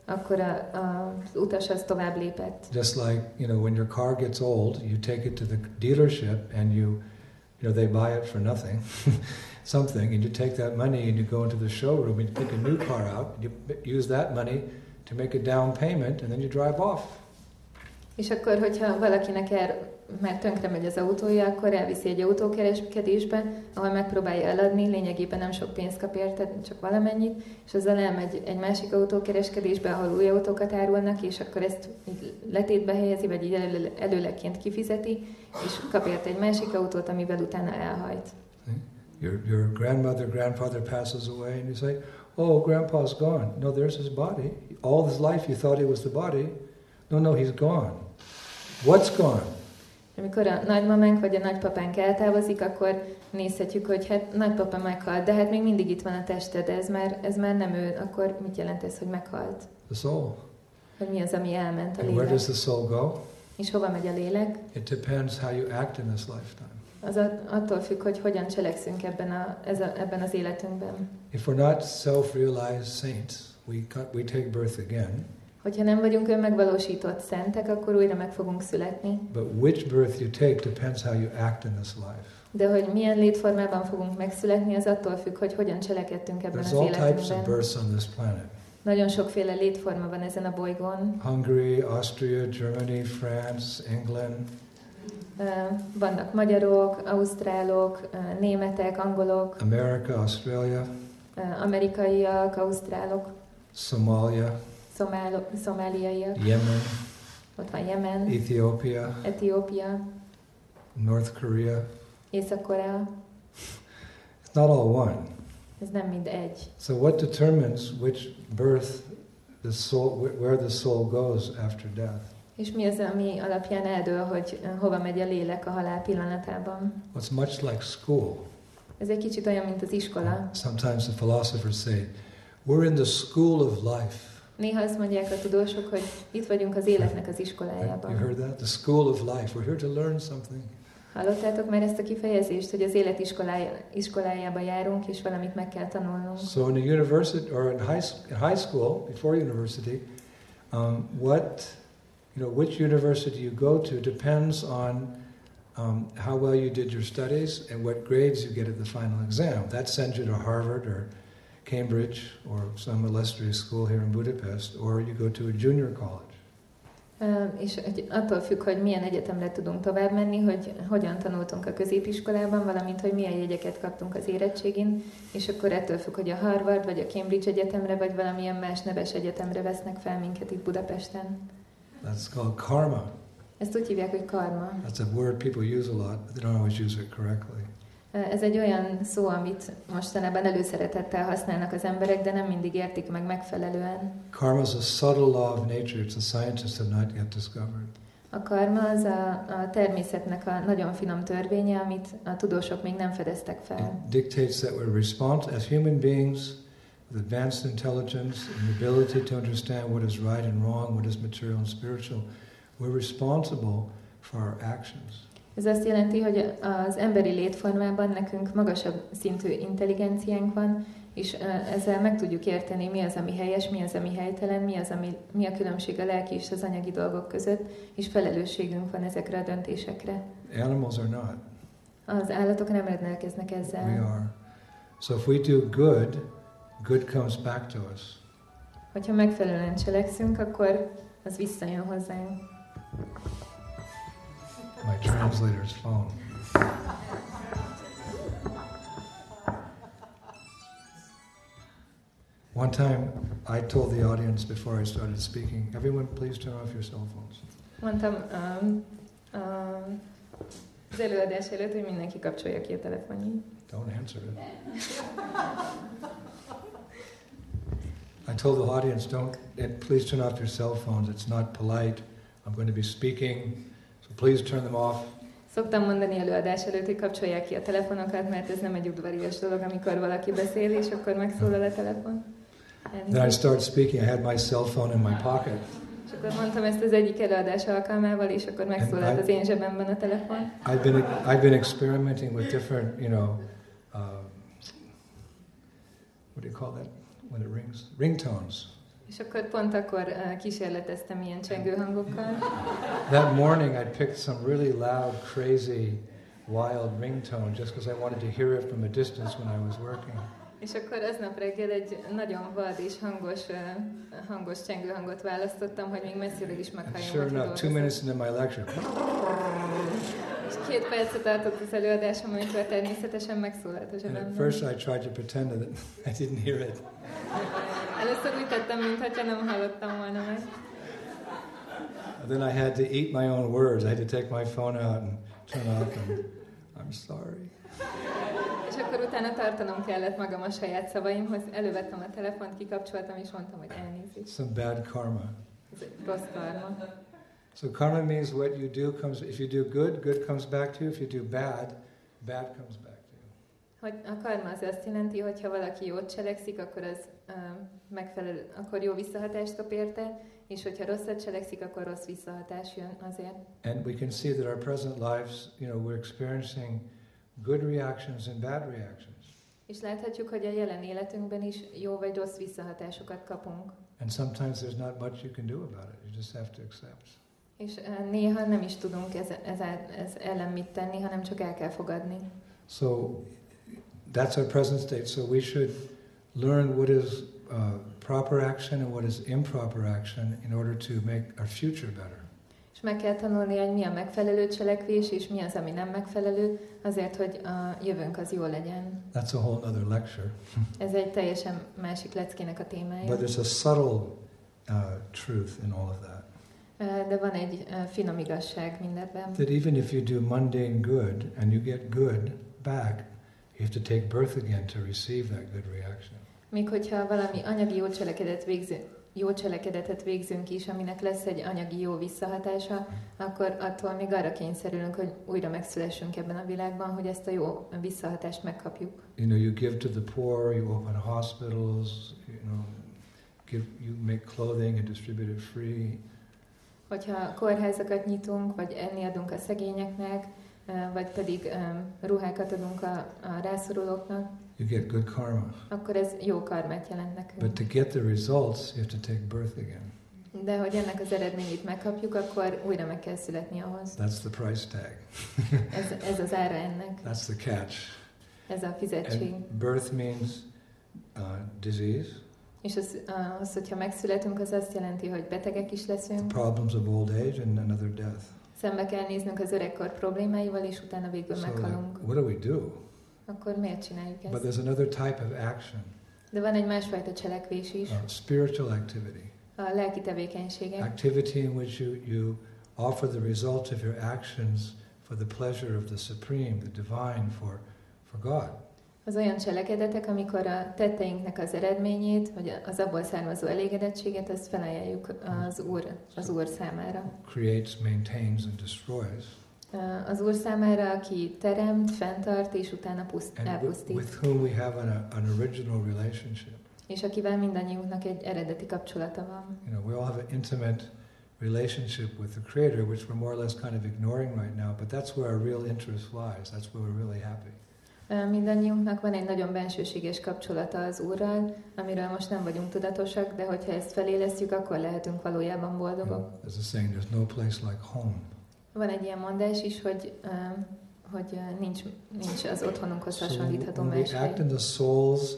akkor a, a, az utas az tovább lépett. Just like, you know, when your car gets old, you take it to the dealership and you, you know, they buy it for nothing, something, and you take that money and you go into the showroom and you take a new car out, you use that money to make a down payment, and then you drive off. És akkor, hogyha valakinek el, már tönkre megy az autója, akkor elviszi egy autókereskedésbe, ahol megpróbálja eladni, lényegében nem sok pénzt kap érte, csak valamennyit, és azzal elmegy egy másik autókereskedésbe, ahol új autókat árulnak, és akkor ezt így letétbe helyezi, vagy így elő, előleként kifizeti, és kap érte egy másik autót, amivel utána elhajt. Your, your grandmother, grandfather passes away, and you say, oh, grandpa's gone. No, there's his body. All his life you thought he was the body. No, no, he's gone. What's gone? Amikor a nagymamánk vagy a nagypapánk eltávozik, akkor nézhetjük, hogy hát nagypapa meghalt, de hát még mindig itt van a teste, de ez már, ez már nem ő. Akkor mit jelent ez, hogy meghalt? The soul. Hogy mi az, ami elment a And lélek? where does the soul go? És hova megy a lélek? It depends how you act in this lifetime. Az attól függ, hogy hogyan cselekszünk ebben, a, ez a, ebben az életünkben. If we're not self-realized saints, we, we take birth again. Hogyha nem vagyunk önmegvalósított szentek, akkor újra meg fogunk születni. But which birth you take depends how you act in this life. De hogy milyen létformában fogunk megszületni, az attól függ, hogy hogyan cselekedtünk ebben There's az all types of életünkben. births on this planet. Nagyon sokféle létforma van ezen a bolygón. Hungary, Austria, Germany, France, England. Vannak magyarok, ausztrálok, németek, angolok, America, Australia, amerikaiak, ausztrálok, Somalia, szomálok, szomáliaiak, Yemen, ott van Jemen, Ethiopia, Etiópia, North Korea. Észak-Korea. It's not all one. Ez nem mind egy. So what determines which birth the soul, where the soul goes after death? És mi az, ami alapján eldől, hogy hova megy a lélek a halál pillanatában? Well, it's much like school. Ez egy kicsit olyan, mint az iskola. Sometimes the philosophers say, we're in the school of life. Néha azt mondják a tudósok, hogy itt vagyunk az életnek az iskolájában. You heard that? The school of life. We're here to learn something. Hallottátok már ezt a kifejezést, hogy az élet iskolája, iskolájába járunk, és valamit meg kell tanulnunk? So in a university or in high, high school, before university, um, what, you know, which university you go to depends on um, how well you did your studies and what grades you get at the final exam. That sends you to Harvard or Cambridge or some illustrious school here in Budapest, or you go to a junior college. Uh, és attól függ, hogy milyen egyetemre tudunk tovább menni, hogy hogyan tanultunk a középiskolában, valamint, hogy milyen jegyeket kaptunk az érettségin, és akkor ettől függ, hogy a Harvard vagy a Cambridge egyetemre, vagy valamilyen más neves egyetemre vesznek fel minket itt Budapesten. That's called karma. Ezt úgy hívják, hogy karma. That's a word people use a lot, but they don't always use it correctly. Ez egy olyan szó, amit mostanában előszeretettel használnak az emberek, de nem mindig értik meg megfelelően. Karma is a subtle law of nature. It's the scientists have not yet discovered. A karma az a, a természetnek a nagyon finom törvénye, amit a tudósok még nem fedeztek fel. It dictates that we're responsible as human beings with advanced intelligence and the ability to understand what is right and wrong, what is material and spiritual. We're responsible for our actions. Ez azt jelenti, hogy az emberi létformában nekünk magasabb szintű intelligenciánk van, és ezzel meg tudjuk érteni, mi az, ami helyes, mi az, ami helytelen, mi az, ami, mi a különbség a lelki és az anyagi dolgok között, és felelősségünk van ezekre a döntésekre. Animals are not. Az állatok nem rendelkeznek ezzel. We are. So if we do good, good comes back to us. Hogyha megfelelően cselekszünk, akkor az visszajön hozzánk. My translator's phone. One time I told the audience before I started speaking, everyone please turn off your cell phones. Mondtam um, um, az előadás előtt, hogy mindenki kapcsolja ki a telefonját. Don't answer it. I told the audience, don't, please turn off your cell phones. It's not polite. I'm going to be speaking. Please turn them off. Szoktam mondani előadás előtt, hogy kapcsolják ki a telefonokat, mert ez nem egy udvarias dolog, amikor valaki beszél, és akkor megszólal a telefon. Then I started speaking. I had my cell phone in my pocket. És akkor mondtam ezt az egyik előadás alkalmával, és akkor megszólalt az én zsebemben a telefon. I've been I've been experimenting with different, you know, um, what do you call that when it rings? Ringtones. És akkor pont akkor uh, kísérleteztem ilyen csengő hangokkal. That morning I picked some really loud, crazy, wild ringtone just because I wanted to hear it from a distance when I was working. És akkor aznap reggel egy nagyon vad és hangos, uh, hangos csengőhangot választottam, hogy még messziről is meghalljam. Sure enough, two minutes into my lecture. És két percet tartott az előadásom, amikor természetesen megszólalt a zsebemben. And at first I tried to pretend that I didn't hear it. Először úgy tettem, mintha nem hallottam volna meg. Then I had to eat my own words. I had to take my phone out and turn off and I'm sorry. És akkor utána tartanom kellett magam a saját szavaimhoz. Elővettem a telefont, kikapcsoltam és mondtam, hogy elnézést. Some bad karma. Ez egy rossz karma. So karma means what you do comes, if you do good, good comes back to you. If you do bad, bad comes back to you. Hogy a karma az azt jelenti, hogy ha valaki jót cselekszik, akkor az uh, megfelelő, akkor jó visszahatást kap érte, és hogyha rosszat cselekszik, akkor rossz visszahatás jön azért. And we can see that our present lives, you know, we're experiencing good reactions and bad reactions. És láthatjuk, hogy a jelen életünkben is jó vagy rossz visszahatásokat kapunk. And sometimes there's not much you can do about it. You just have to accept. És uh, néha nem is tudunk ez, ez, ez ellen mit tenni, hanem csak el kell fogadni. So that's our present state. So we should learn what is uh, proper action and what is improper action in order to make our future better. És meg kell tanulni, hogy mi a megfelelő cselekvés, és mi az, ami nem megfelelő, azért, hogy a jövőnk az jó legyen. That's a whole other lecture. Ez egy teljesen másik leckének a témája. But there's a subtle uh, truth in all of that. De van egy uh, finom igazság mindebben. That even if you do mundane good and you get good back, you have to take birth again to receive that good reaction. Még hogyha valami anyagi jó cselekedet végzünk, jó cselekedetet végzünk is, aminek lesz egy anyagi jó visszahatása, akkor attól még arra kényszerülünk, hogy újra megszülessünk ebben a világban, hogy ezt a jó visszahatást megkapjuk. You know, you give to the poor, you open hospitals, you know, give, you make clothing and distribute it free. Hogyha kórházakat nyitunk, vagy enni adunk a szegényeknek, vagy pedig um, ruhákat adunk a, a rászorulóknak, you get good karma. Akkor ez jó karmát jelent nekünk. But to get the results, you have to take birth again. De hogy ennek az eredményét megkapjuk, akkor újra meg kell születni ahhoz. That's the price tag. ez, ez az ára ennek. That's the catch. Ez a fizetség. And birth means uh, disease. És az, az, hogyha megszületünk, az azt jelenti, hogy betegek is leszünk. The problems of old age and another death. Szembe kell néznünk az öregkor problémáival, és utána végül so meghalunk. Like, what do we do? Akkor miért csináljuk ezt? But there's another type of action. De van egy másfajta cselekvés is. Uh, spiritual activity. A lelki tevékenységek. Activity in which you, you offer the results of your actions for the pleasure of the Supreme, the Divine, for, for God. Az olyan cselekedetek, amikor a tetteinknek az eredményét, vagy az abból származó elégedettséget, azt felajánljuk az Úr, az Úr számára. Creates, maintains and destroys. Az Úr számára, aki teremt, fenntart, és utána puszt, and elpusztít. with whom we have an, an original relationship. És akivel mindannyiunknak egy eredeti kapcsolata van. You know, we all have an intimate relationship with the Creator, which we're more or less kind of ignoring right now, but that's where our real interest lies. That's where we're really happy. Mindannyiunknak van egy nagyon bensőséges kapcsolata az Úrral, amiről most nem vagyunk tudatosak, de hogyha ezt felélesztjük, akkor lehetünk valójában boldogok. You know, there's a saying, there's no place like home. Van egy ilyen mondás is, hogy, um, hogy nincs, nincs az otthonunkhoz hasonlítható más hely. So when we act in the soul's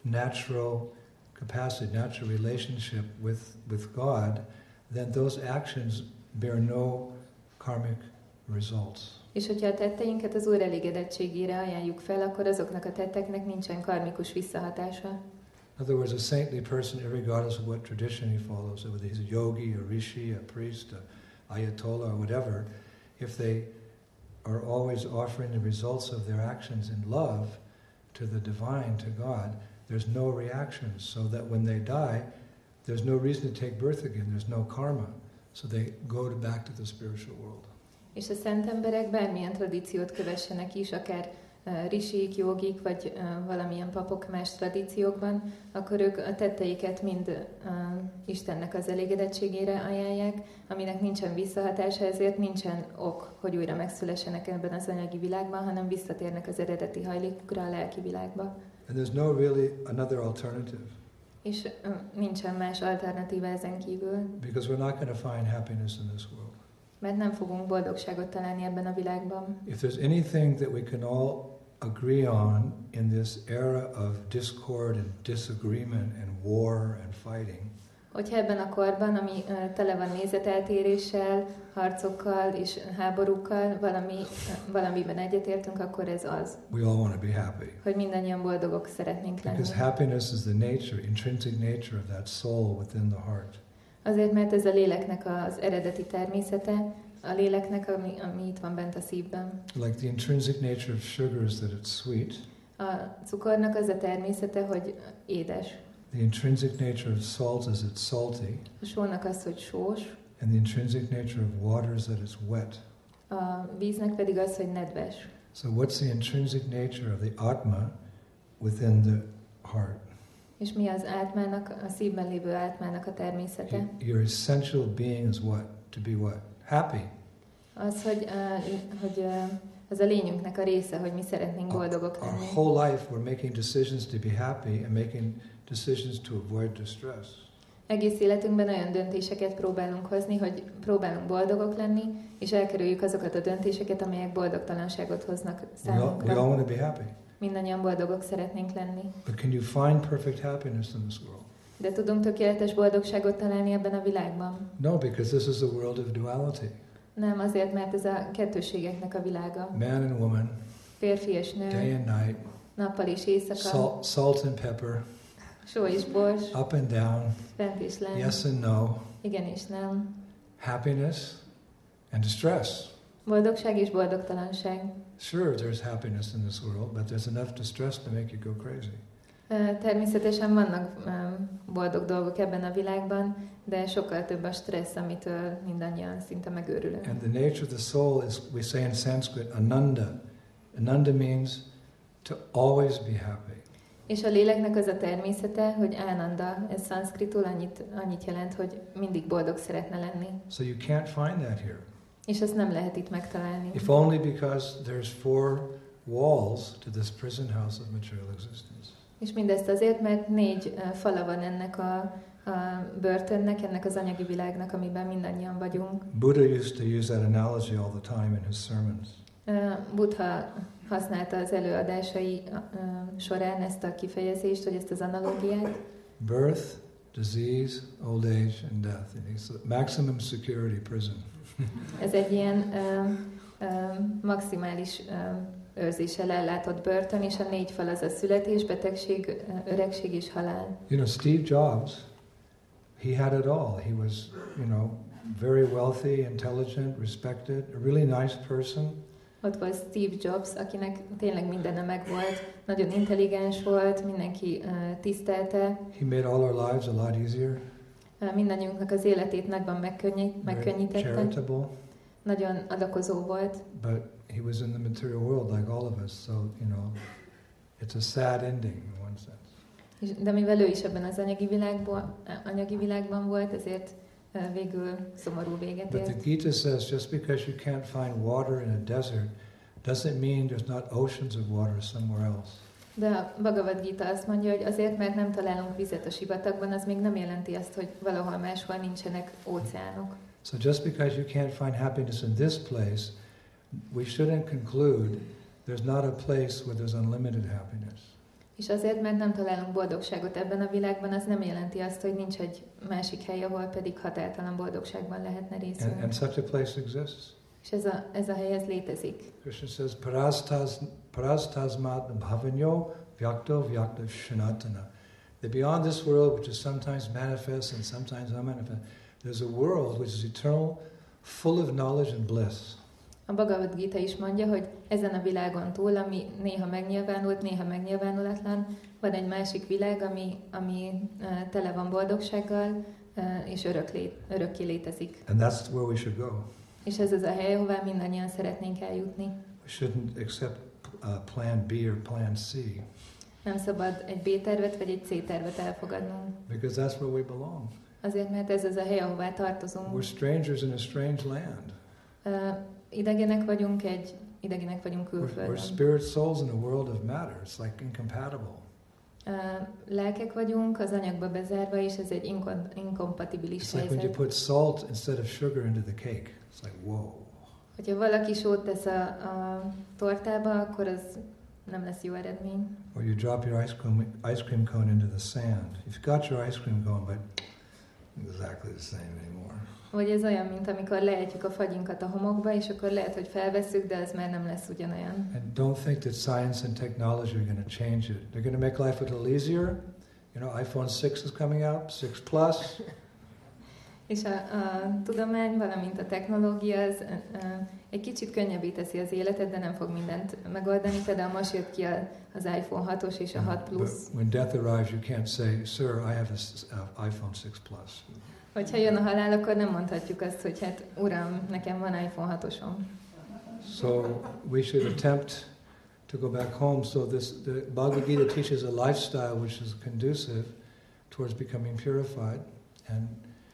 natural capacity, natural relationship with, with God, then those actions bear no karmic results. És hogyha a tetteinket az Úr elégedettségére ajánljuk fel, akkor azoknak a tetteknek nincsen karmikus visszahatása. In other words, a saintly person, regardless of what tradition he follows, whether he's a yogi, a rishi, a priest, a ayatollah, or whatever, if they are always offering the results of their actions in love to the divine, to God, there's no reaction. So that when they die, there's no reason to take birth again. There's no karma. So they go to back to the spiritual world. És a szent emberek bármilyen tradíciót kövessenek is, akár uh, risik, jogik, vagy uh, valamilyen papok más tradíciókban, akkor ők a tetteiket mind uh, Istennek az elégedettségére ajánlják, aminek nincsen visszahatása, ezért nincsen ok, hogy újra megszülessenek ebben az anyagi világban, hanem visszatérnek az eredeti hajlékukra, a lelki világba. And there's no really another alternative. És uh, nincsen más alternatíva ezen kívül. Because we're not going to find happiness in this world. Mert nem fogunk boldogságot találni ebben a világban. If there's anything that we can all agree on in this era of discord and disagreement and war and fighting, Hogyha ebben a korban, ami uh, tele van nézeteltéréssel, harcokkal és háborúkkal, valami, uh, valamiben egyetértünk, akkor ez az. we all want to be happy. Hogy mindannyian boldogok szeretnénk lenni. Because happiness is the nature, intrinsic nature of that soul within the heart. Azért, mert ez a léleknek az eredeti természete, a léleknek, ami, ami itt van bent a szívben. Like the intrinsic nature of sugar is that it's sweet. A cukornak az a természete, hogy édes. The intrinsic nature of salt is it's salty. A sónak az, hogy sós. And the intrinsic nature of water is that it's wet. A víznek pedig az, hogy nedves. So what's the intrinsic nature of the Atma within the heart? És mi az átmának, a szívben lévő átmának a természete? Your essential being is what? To be what? Happy. Az, hogy, uh, hogy uh, az a lényünknek a része, hogy mi szeretnénk boldogok Our lenni. whole life we're making decisions to be happy and making decisions to avoid distress. Egész életünkben olyan döntéseket próbálunk hozni, hogy próbálunk boldogok lenni, és elkerüljük azokat a döntéseket, amelyek boldogtalanságot hoznak We all, we számunkra. all want to be happy. Mindannyian boldogok szeretnénk lenni. But can you find perfect happiness in this world? De tudunk tökéletes boldogságot találni ebben a világban? No, because this is a world of duality. Nem, azért, mert ez a kettőségeknek a világa. Man and woman, Férfi és nő, day and night, nappal és éjszaka, salt, salt and pepper, só és bors, up and down, fent és lent, yes and no, igen és nem. happiness and distress. Boldogság és boldogtalanság. Sure, there's happiness in this world, but there's enough distress to make you go crazy. Ö, Természetesen vannak öm, boldog dolgok ebben a világban, de sokkal több a stressz, amitől mindannyian szinte megőrülünk. And the nature of the soul is, we say in Sanskrit, ananda. Ananda means to always be happy. És a léleknek az a természete, hogy Ananda, ez szanszkritul annyit, annyit jelent, hogy mindig boldog szeretne lenni. So you can't find that here. És ezt nem lehet itt megtalálni. If only because there's four walls to this prison house of material existence. És mindezt azért, mert négy uh, fala van ennek a, a börtönnek, ennek az anyagi világnak, amiben mindannyian vagyunk. Buddha used to use that analogy all the time in his sermons. Uh, Buddha használta az előadásai uh, során ezt a kifejezést, vagy ezt az analógiát. Birth, disease, old age, and death. And it's a maximum security prison. Ez egy ilyen uh, uh, maximális uh, őrzéssel ellátott börtön, és a négy fal az a születés, betegség, uh, öregség és halál. You know, Steve Jobs, he had it all. He was, you know, very wealthy, intelligent, respected, a really nice person. Ott volt Steve Jobs, akinek tényleg mindene megvolt, nagyon intelligens volt, mindenki uh, tisztelte. He made all our lives a lot easier. Uh, mindannyiunknak az életét nagyban megkönnyít, Very megkönnyítette. charitable. Nagyon adakozó volt. But he was in the material world like all of us, so, you know, it's a sad ending in one sense. És, de mivel ő is ebben az anyagi világban, anyagi világban volt, ezért uh, végül szomorú véget But the ért. Gita says just because you can't find water in a desert doesn't mean there's not oceans of water somewhere else. De a Bhagavad Gita azt mondja, hogy azért, mert nem találunk vizet a sivatagban, az még nem jelenti azt, hogy valahol máshol nincsenek óceánok. So just because you can't find happiness in this place, we shouldn't conclude there's not a place where there's unlimited happiness. És azért, mert nem találunk boldogságot ebben a világban, az nem jelenti azt, hogy nincs egy másik hely, ahol pedig határtalan boldogságban lehetne And, részünk. and such a place exists. És ez a, ez a hely, ez létezik. Krishna says, parastas, parastasmat bhavanyo vyakto vyakta shanatana. That beyond this world, which is sometimes manifest and sometimes unmanifest, there's a world which is eternal, full of knowledge and bliss. A Bhagavad Gita is mondja, hogy ezen a világon túl, ami néha megnyilvánult, néha megnyilvánulatlan, van egy másik világ, ami, ami uh, tele van boldogsággal, uh, és örök lét, örökké létezik. And that's where we should go. És ez az a hely, ahová mindannyian szeretnénk eljutni. We shouldn't accept uh, plan B or plan C. Nem szabad egy B-tervet vagy egy C-tervet elfogadnunk. Because that's where we belong. Azért, mert ez az a hely, ahová tartozunk. We're strangers in a strange land. Uh, idegenek vagyunk, egy idegenek vagyunk We're, külföldön. we're spirit souls in a world of matter. It's like incompatible. Uh, lelkek vagyunk, az anyagba bezárva, és ez egy inkom- inkompatibilis It's like helyzet. when you put salt instead of sugar into the cake. It's like, whoa. Hogyha valaki sót tesz a, a tortába, akkor az nem lesz jó eredmény. Or you drop your ice cream, ice cream cone into the sand. You've got your ice cream cone, but exactly the same anymore. Vagy ez olyan, mint amikor leejtjük a fagyinkat a homokba, és akkor lehet, hogy felvesszük, de az már nem lesz ugyanolyan. And don't think that science and technology are going to change it. They're going to make life a little easier. You know, iPhone six is coming out, six plus. És a, a tudomány, valamint a technológia az uh, egy kicsit könnyebbé teszi az életet, de nem fog mindent megoldani. Például most jött ki a, az iPhone hatos és a hat plusz. But when death arrives, you can't say, "Sir, I have an iPhone six plus." Hogyha jön a halál, akkor nem mondhatjuk azt, hogy hát uram, nekem van iPhone hatosom. So we should attempt to go back home. So this, the Bhagavad Gita teaches a lifestyle which is conducive towards becoming purified and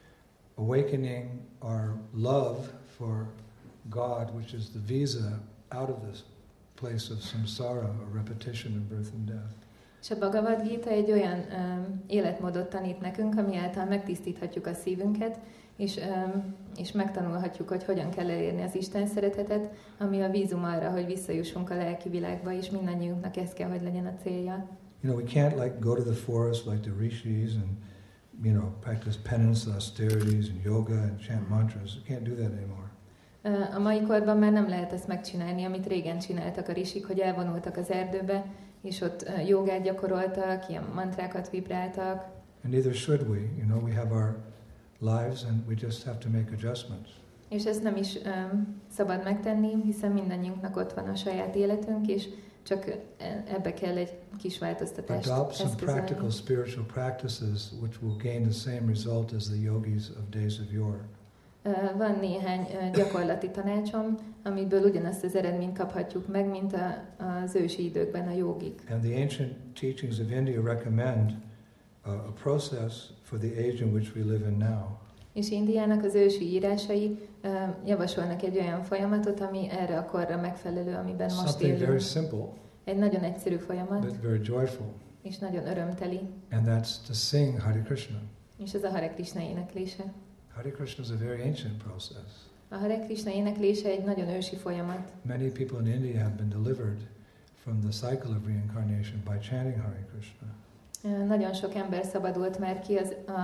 awakening our love for God, which is the visa out of this place of samsara, or repetition of birth and death. És a Bhagavad Gita egy olyan um, életmódot tanít nekünk, ami által megtisztíthatjuk a szívünket, és, um, és megtanulhatjuk, hogy hogyan kell elérni az Isten szeretetet, ami a vízum arra, hogy visszajussunk a lelki világba, és mindannyiunknak ez kell, hogy legyen a célja. You know, we can't like go to the forest like the rishis and, you know, practice penance, austerities and yoga and chant mantras. We can't do that anymore. A mai korban már nem lehet ezt megcsinálni, amit régen csináltak a risik, hogy elvonultak az erdőbe, és ott jogát gyakoroltak, ilyen mantrákat vibráltak. And neither should we. You know, we have our lives and we just have to make adjustments. És ezt nem is um, szabad megtenni, hiszen mindannyiunknak ott van a saját életünk, és csak ebbe kell egy kis változtatást Adopt some eszközölni. practical spiritual practices which will gain the same result as the yogis of days of yore. Uh, van néhány uh, gyakorlati tanácsom, amiből ugyanazt az eredményt kaphatjuk meg, mint a, az ősi időkben a jogik. And the ancient teachings of India recommend uh, a process for the age in which we live in now. És Indiának az ősi írásai uh, javasolnak egy olyan folyamatot, ami erre a korra megfelelő, amiben most Something very élünk. simple, Egy nagyon egyszerű folyamat, but very joyful. és nagyon örömteli, And that's to sing Hare Krishna. és ez a Hare Krishna éneklése. Hare Krishna is a very ancient process. A Hare Krishna éneklése egy nagyon ősi folyamat. Many people in India have been delivered from the cycle of reincarnation by chanting Hare Krishna. Uh, nagyon sok ember szabadult már ki az, a,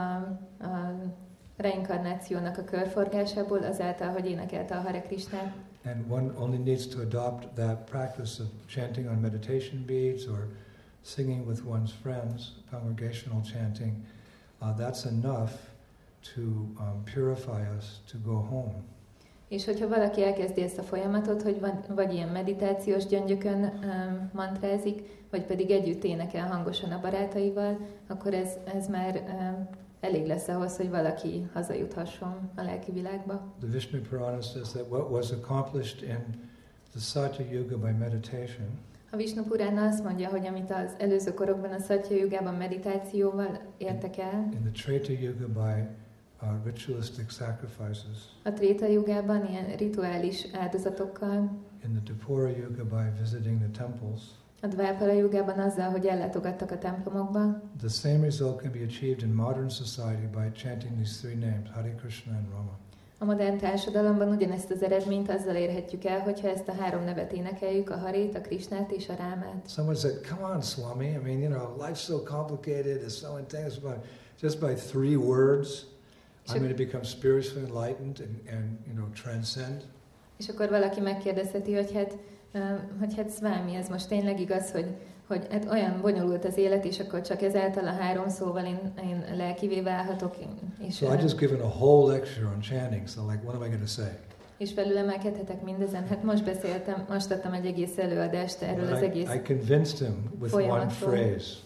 a reinkarnációnak a körforgásából azáltal, hogy énekelte a Hare Krishnát. And one only needs to adopt that practice of chanting on meditation beads or singing with one's friends, congregational chanting. Uh, that's enough to um, purify us to go home. És hogyha valaki elkezdi ezt a folyamatot, hogy van, vagy ilyen meditációs gyöngyökön um, mantrázik, vagy pedig együtt énekel hangosan a barátaival, akkor ez, ez már um, elég lesz ahhoz, hogy valaki hazajuthasson a lelki világba. The Vishnu Purana says that what was accomplished in the Satya Yuga by meditation, A Vishnu Purana azt mondja, hogy amit az előző korokban a Satya Yugában meditációval értek el, in the Treta Yuga by uh, ritualistic sacrifices, a Tréta Yugában ilyen rituális áldozatokkal, in the Dvapara Yuga by visiting the temples, a Dvápara Yugában azzal, hogy ellátogattak a templomokba. the same result can be achieved in modern society by chanting these three names, Hare Krishna and Rama. A modern társadalomban ugyanezt az eredményt azzal érhetjük el, hogyha ezt a három nevet énekeljük, a Harét, a Krishnát és a Rámát. Someone said, come on, Swami, I mean, you know, life's so complicated, it's so intense, but just by three words, I'm going to become spiritually enlightened and, and, you know, transcend. És akkor valaki megkérdezheti, hogy hát, hogy hát Swami, ez most tényleg igaz, hogy, hogy hát olyan bonyolult az élet, és akkor csak ezáltal a három szóval én, én lelkivé válhatok. És, So I just given a whole lecture on chanting, so like, what am I going to say? és felülemelkedhetek mindezen. Hát most beszéltem, most adtam egy egész előadást erről az I, egész I convinced him with one folyamatról. phrase.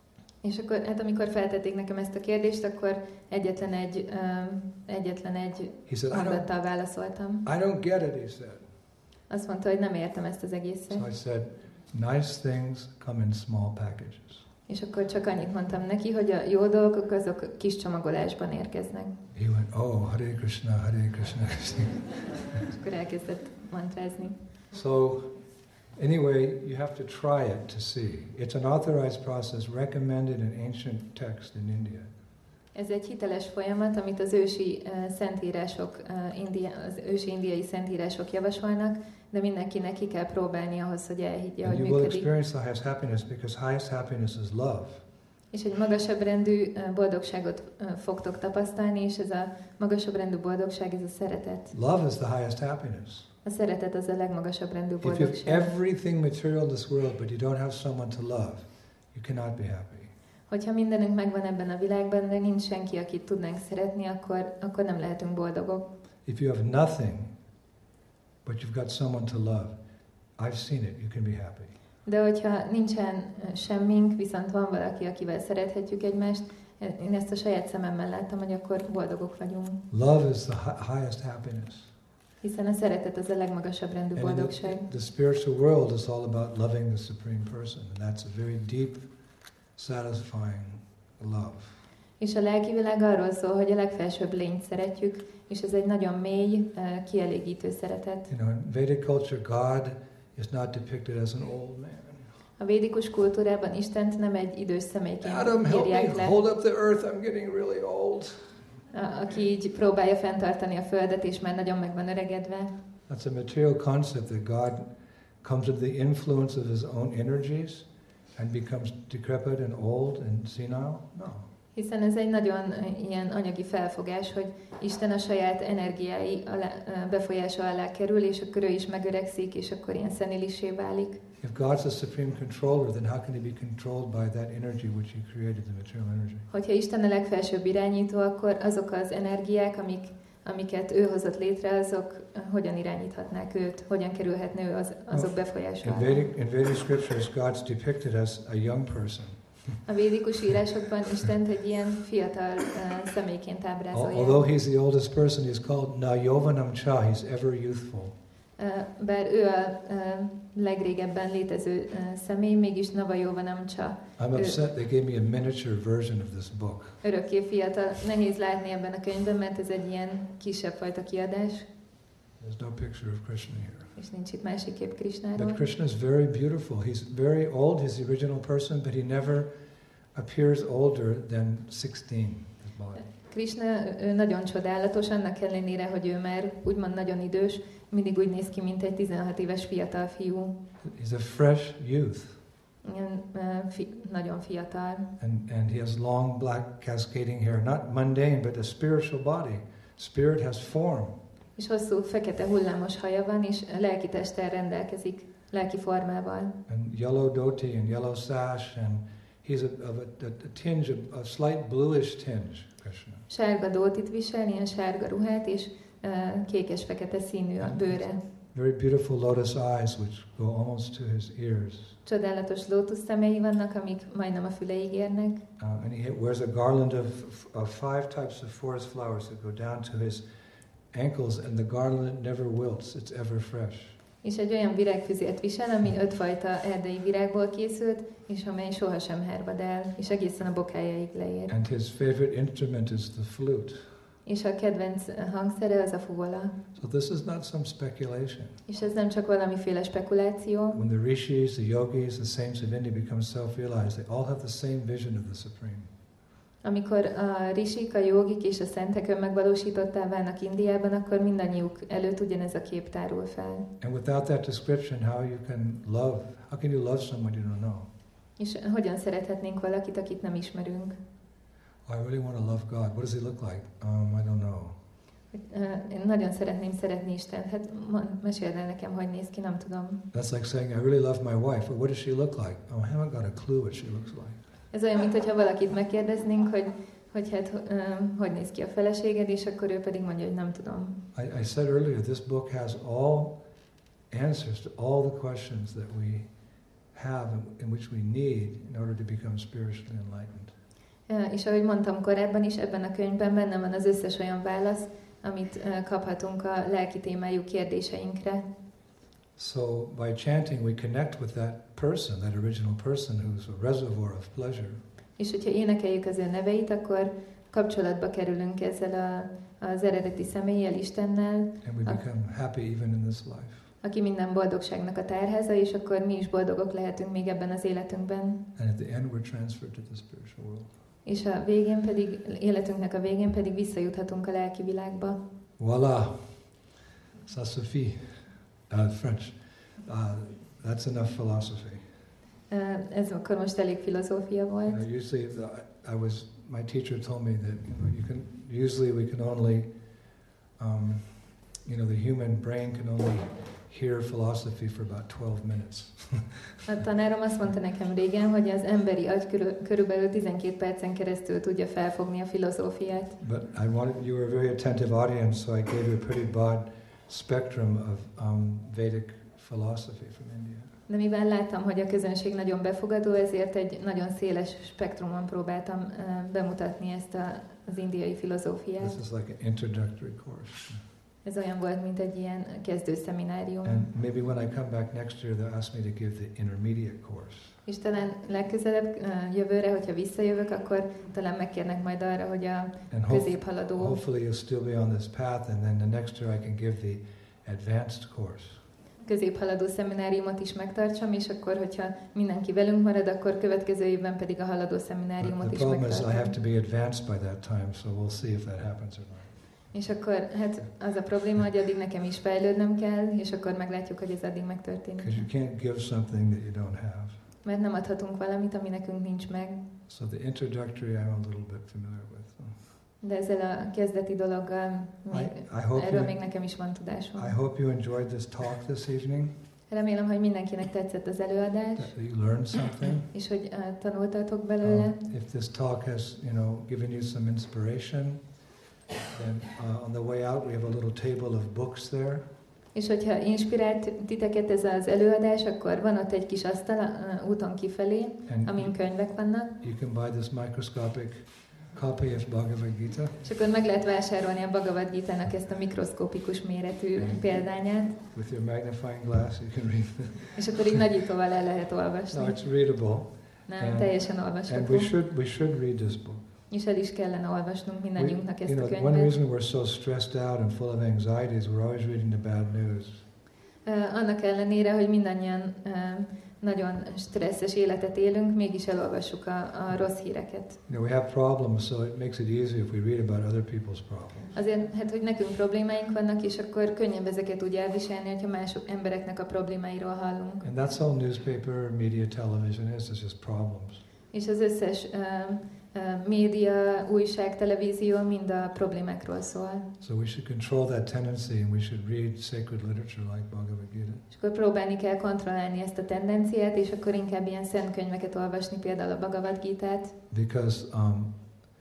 És akkor, hát amikor feltették nekem ezt a kérdést, akkor egyetlen egy, um, egyetlen egy He said, I don't, mondattal válaszoltam. I don't get it, he said. Azt mondta, hogy nem értem ezt az egészet. So I said, nice things come in small packages. És akkor csak annyit mondtam neki, hogy a jó dolgok azok kis csomagolásban érkeznek. He went, oh, Hare Krishna, Hare Krishna. És akkor elkezdett mantrázni. So Anyway, you have to try it to see. It's an authorized process recommended in ancient text in India. Ez egy hiteles folyamat, amit az ősi uh, szentírások, uh, India, az ősi indiai szentírások javasolnak, de mindenkinek ki kell próbálni ahhoz, hogy elhiggye, And hogy you will működik. experience the highest happiness because highest happiness is love. És egy magasabb rendű uh, boldogságot uh, fogtok tapasztalni, és ez a magasabb rendű boldogság, ez a szeretet. Love is the highest happiness. A szeretet az a legmagasabb rendű If you have boldogság. everything material in this world, but you don't have someone to love, you cannot be happy. Hogyha mindenünk megvan ebben a világban, de nincs senki, akit tudnánk szeretni, akkor, akkor nem lehetünk boldogok. If you have nothing, but you've got someone to love, I've seen it, you can be happy. De hogyha nincsen semmink, viszont van valaki, akivel szerethetjük egymást, én ezt a saját szememmel láttam, hogy akkor boldogok vagyunk. Love is the hi- highest happiness. Hiszen a szeretet az a legmagasabb rendű And in boldogság. the, the spiritual world is all about loving the Supreme Person, and that's a very deep, satisfying love. És a lelki világ arról szól, hogy a legfelsőbb lényt szeretjük, és ez egy nagyon mély, eh, kielégítő szeretet. You know, in Vedic culture, God is not depicted as an old man. A védikus kultúrában Istent nem egy idős személyként Adam, help írják me le, hold up the earth, I'm getting really old. a- aki így próbálja fenntartani a földet, és már nagyon meg van öregedve. That's a material concept that God comes under the influence of his own energies and becomes decrepit and old and senile. No. Hiszen ez egy nagyon eh, ilyen anyagi felfogás, hogy Isten a saját energiái alá, eh, befolyása alá kerül, és akkor ő is megöregszik, és akkor ilyen szenilisé válik. If God's the supreme controller, then how can he be controlled by that energy which he created, the material energy? Hogyha Isten a legfelsőbb irányító, akkor azok az energiák, amik, amiket ő hozott létre, azok eh, hogyan irányíthatnák őt, hogyan kerülhetne ő az, azok befolyása In alá. Vedic, in Vedic scriptures, God's depicted as a young person. A védikus írásokban Istent egy ilyen fiatal uh, személyként Al- ábrázolja. Although he's the oldest person, he's called Na Yovanam Cha, he's ever youthful. Uh, bár ő a uh, legrégebben létező uh, személy, mégis Nava Yovanam Cha, I'm upset they gave me a miniature version of this book. örökké fiatal. Nehéz látni ebben a könyvben, mert ez egy ilyen kisebb fajta kiadás, There's no picture of Krishna here. és nincs itt másik kép But Krishnáról. Krishna is very beautiful. He's very old, he's the original person, but he never appears older than sixteen. His body. Krishna ő nagyon csodálatos, annak ellenére, hogy ő már úgymond nagyon idős, mindig úgy néz ki, mint egy tizenhat éves fiatal fiú. He's a fresh youth. Ilyen, uh, fi, nagyon fiatal. And, and he has long black cascading hair, not mundane, but a spiritual body. Spirit has form. És hosszú, fekete hullámos haja van, és lelki testtel rendelkezik, lelki formával. And yellow dhoti and yellow sash, and he's a, of a, a, a tinge, of, a slight bluish tinge, Krishna. Sárga dótit visel, ilyen sárga ruhát, és uh, kékes-fekete színű a bőre. Very beautiful lotus eyes, which go almost to his ears. Csodálatos lótusz szemei vannak, amik majdnem a füleig érnek. Uh, and he wears a garland of, of five types of forest flowers that go down to his ankles, and the garland never wilts, it's ever fresh. És egy olyan virágfüzért visel, ami ötfajta erdei virágból készült, és amely sohasem hervad el, és egészen a bokájáig leér. And his favorite instrument is the flute. És a kedvenc hangszere az a fuvola. So this is not some speculation. És ez nem csak valamiféle spekuláció. When the rishis, the yogis, the saints of India become self-realized, they all have the same vision of the Supreme. Amikor a rishik, a jogik és a szentek önmegvalósítottá válnak Indiában, akkor mindannyiuk előtt ugyanez a kép tárul fel. And without that description, how you can love, how can you love someone you don't know? És hogyan szerethetnénk valakit, akit nem ismerünk? I really want to love God. What does he look like? Um, I don't know. Én nagyon szeretném szeretni Istent. Hát meséld el nekem, hogy néz ki, nem tudom. That's like saying, I really love my wife, but what does she look like? Oh, I haven't got a clue what she looks like. Ez olyan, mintha valakit megkérdeznénk, hogy, hogy hát um, hogy néz ki a feleséged, és akkor ő pedig mondja, hogy nem tudom. I, I said earlier, this book has all answers to all the questions that we have and in which we need in order to become spiritually enlightened. Uh, és ahogy mondtam korábban is, ebben a könyvben benne van az összes olyan válasz, amit uh, kaphatunk a lelki témájú kérdéseinkre. So by chanting, we connect with that person, that original person who's a reservoir of pleasure. És hogyha énekeljük az ő neveit, akkor kapcsolatba kerülünk ezzel a, az eredeti személlyel, Istennel, And we become happy even in this life. aki minden boldogságnak a tárháza, és akkor mi is boldogok lehetünk még ebben az életünkben. And at the end we're transferred to the spiritual world. És a végén pedig, életünknek a végén pedig visszajuthatunk a lelki világba. Voilà, ça suffit. Uh, French. Uh, that's enough philosophy. Uh, ez akkor most elég filozófia volt. You know, usually, the, I was. My teacher told me that you know you can. Usually, we can only. Um, you know, the human brain can only hear philosophy for about twelve minutes. A tanárom azt mondta nekem régen, hogy az emberi agy körül, körülbelül tizenkét percen keresztül tudja felfogni a filozófiát. But I wanted, you were a very attentive audience, so I gave you a pretty broad spectrum of um, Vedic philosophy from India. De mivel láttam, hogy a közönség nagyon befogadó, ezért egy nagyon széles spektrumon próbáltam uh, bemutatni ezt a, az indiai filozófiát. This is like an introductory course. Ez olyan volt, mint egy ilyen kezdő szeminárium. And maybe when I come back next year, they'll ask me to give the intermediate course. És talán legközelebb uh, jövőre, hogyha visszajövök, akkor talán megkérnek majd arra, hogy a and középhaladó. Hopefully you'll still be on this path, and then the next year I can give the advanced course. Középhaladó szemináriumot is megtartsam, és akkor, hogyha mindenki velünk marad, akkor következő évben pedig a haladó szemináriumot is megtartom. The problem is I have to be advanced by that time, so we'll see if that happens or not. És akkor hát az a probléma, hogy addig nekem is fejlődnöm kell, és akkor meglátjuk, hogy ez addig megtörténik. Because you can't give something that you don't have. Mert nem adhatunk valamit, ami nekünk nincs meg. So the introductory I'm a little bit familiar with. De ezzel a kezdeti dologgal még, I, I erről you, még nekem is van tudásom. I hope you enjoyed this talk this evening. Remélem, hogy mindenkinek tetszett az előadás. That you learned something. És hogy uh, tanultatok belőle. Um, if this talk has, you know, given you some inspiration, then uh, on the way out we have a little table of books there. És hogyha inspirált titeket ez az előadás, akkor van ott egy kis asztal uh, úton kifelé, and amin könyvek vannak. You can buy this microscopic copy of Bhagavad Gita. És akkor meg lehet vásárolni a Bhagavad Gita-nak ezt a mikroszkópikus méretű and példányát. With your magnifying glass you can read it. És akkor így nagyítóval el lehet olvasni. No, it's readable. Nem, and, teljesen olvasható. And we should, we should read this book. És el is kellene olvasnunk mindannyiunknak ezt you a know, könyvet. one reason we're so stressed out and full of anxieties, we're always reading the bad news. Uh, annak ellenére, hogy mindannyian uh, nagyon stresszes életet élünk, mégis elolvassuk a, a rossz híreket. You know, we have problems, so it makes it easier if we read about other people's problems. Azért, hát, hogy nekünk problémáink vannak, és akkor könnyebb ezeket úgy elviselni, hogyha mások embereknek a problémáiról hallunk. And that's all newspaper, media, television is, it's just problems. És az összes uh, uh, média, újság, televízió mind a problémákról szól. So we should control that tendency and we should read sacred literature like Bhagavad Gita. És akkor próbálni kell kontrollálni ezt a tendenciát, és akkor inkább ilyen szent könyveket olvasni, például a Bhagavad Gitát. Because um,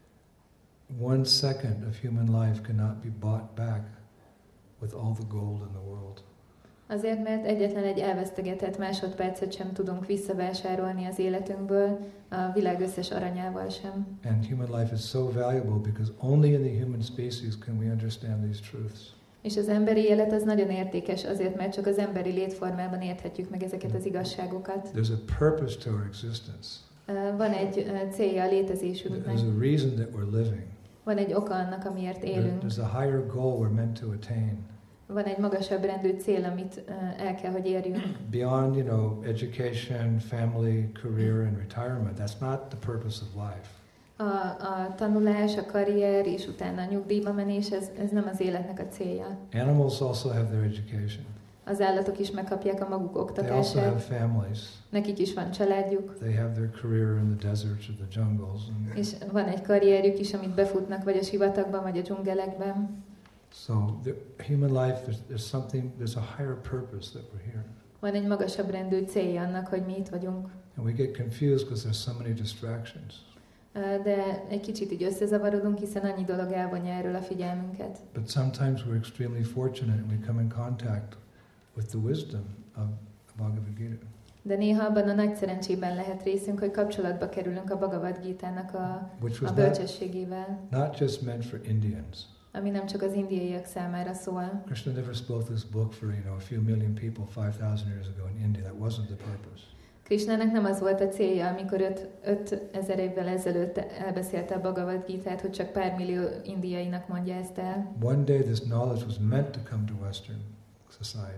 one second of human life cannot be bought back with all the gold in the world. Azért, mert egyetlen egy elvesztegetett másodpercet sem tudunk visszavásárolni az életünkből, a világ összes aranyával sem. And human life is so valuable because only in the human species can we understand these truths. És az emberi élet az nagyon értékes azért, mert csak az emberi létformában érthetjük meg ezeket az igazságokat. There's a purpose to our existence. Van egy célja a létezésünknek. There's a reason that we're living. Van egy oka annak, amiért élünk. There's a higher goal we're meant to attain. Van egy magasabb rendű cél, amit el kell, hogy érjünk. Beyond, you know, education, family, career and retirement, that's not the purpose of life. A, a tanulás, a karrier és utána a nyugdíjba menés, ez, ez nem az életnek a célja. Animals also have their education. Az állatok is megkapják a maguk They also have oktatását. families. Nekik is van családjuk. They have their career in the deserts or the jungles. And És van egy karrierjük is, amit befutnak, vagy a sivatagban, vagy a dzsungelekben. so the human life, there's, there's something, there's a higher purpose that we're here. Van egy magasabb rendű célja annak, hogy mi itt vagyunk. And we get confused because there's so many distractions. De egy kicsit így összezavarodunk, hiszen annyi dolog elvonja erről a figyelmünket. But sometimes we're extremely fortunate and we come in contact with the wisdom of Bhagavad Gita. De néha abban a nagy szerencsében lehet részünk, hogy kapcsolatba kerülünk a Bhagavad Gita-nak a, a bölcsességével. Not just meant for Indians. Ami nem csak az indiaiak számára szól. Krishna never spoke this book for, you know, a few million people five thousand years ago in India. That wasn't the purpose. Krishnának nem az volt a célja, amikor öt ezer évvel ezelőtt elbeszélte a Bhagavad Gitát, hogy csak pár millió indiainak mondja ezt el. One day this knowledge was meant to come to Western society.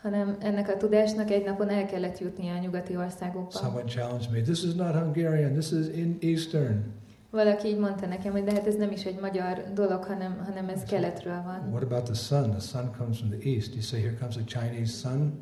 hanem ennek a tudásnak egy napon el kellett jutnia a nyugati országokba. Someone challenged me, this is not Hungarian, this is in Eastern. Valaki így mondta nekem, hogy de hát ez nem is egy magyar dolog, hanem, hanem ez keletről van. What about the sun? The sun comes from the east. You say, here comes a Chinese sun?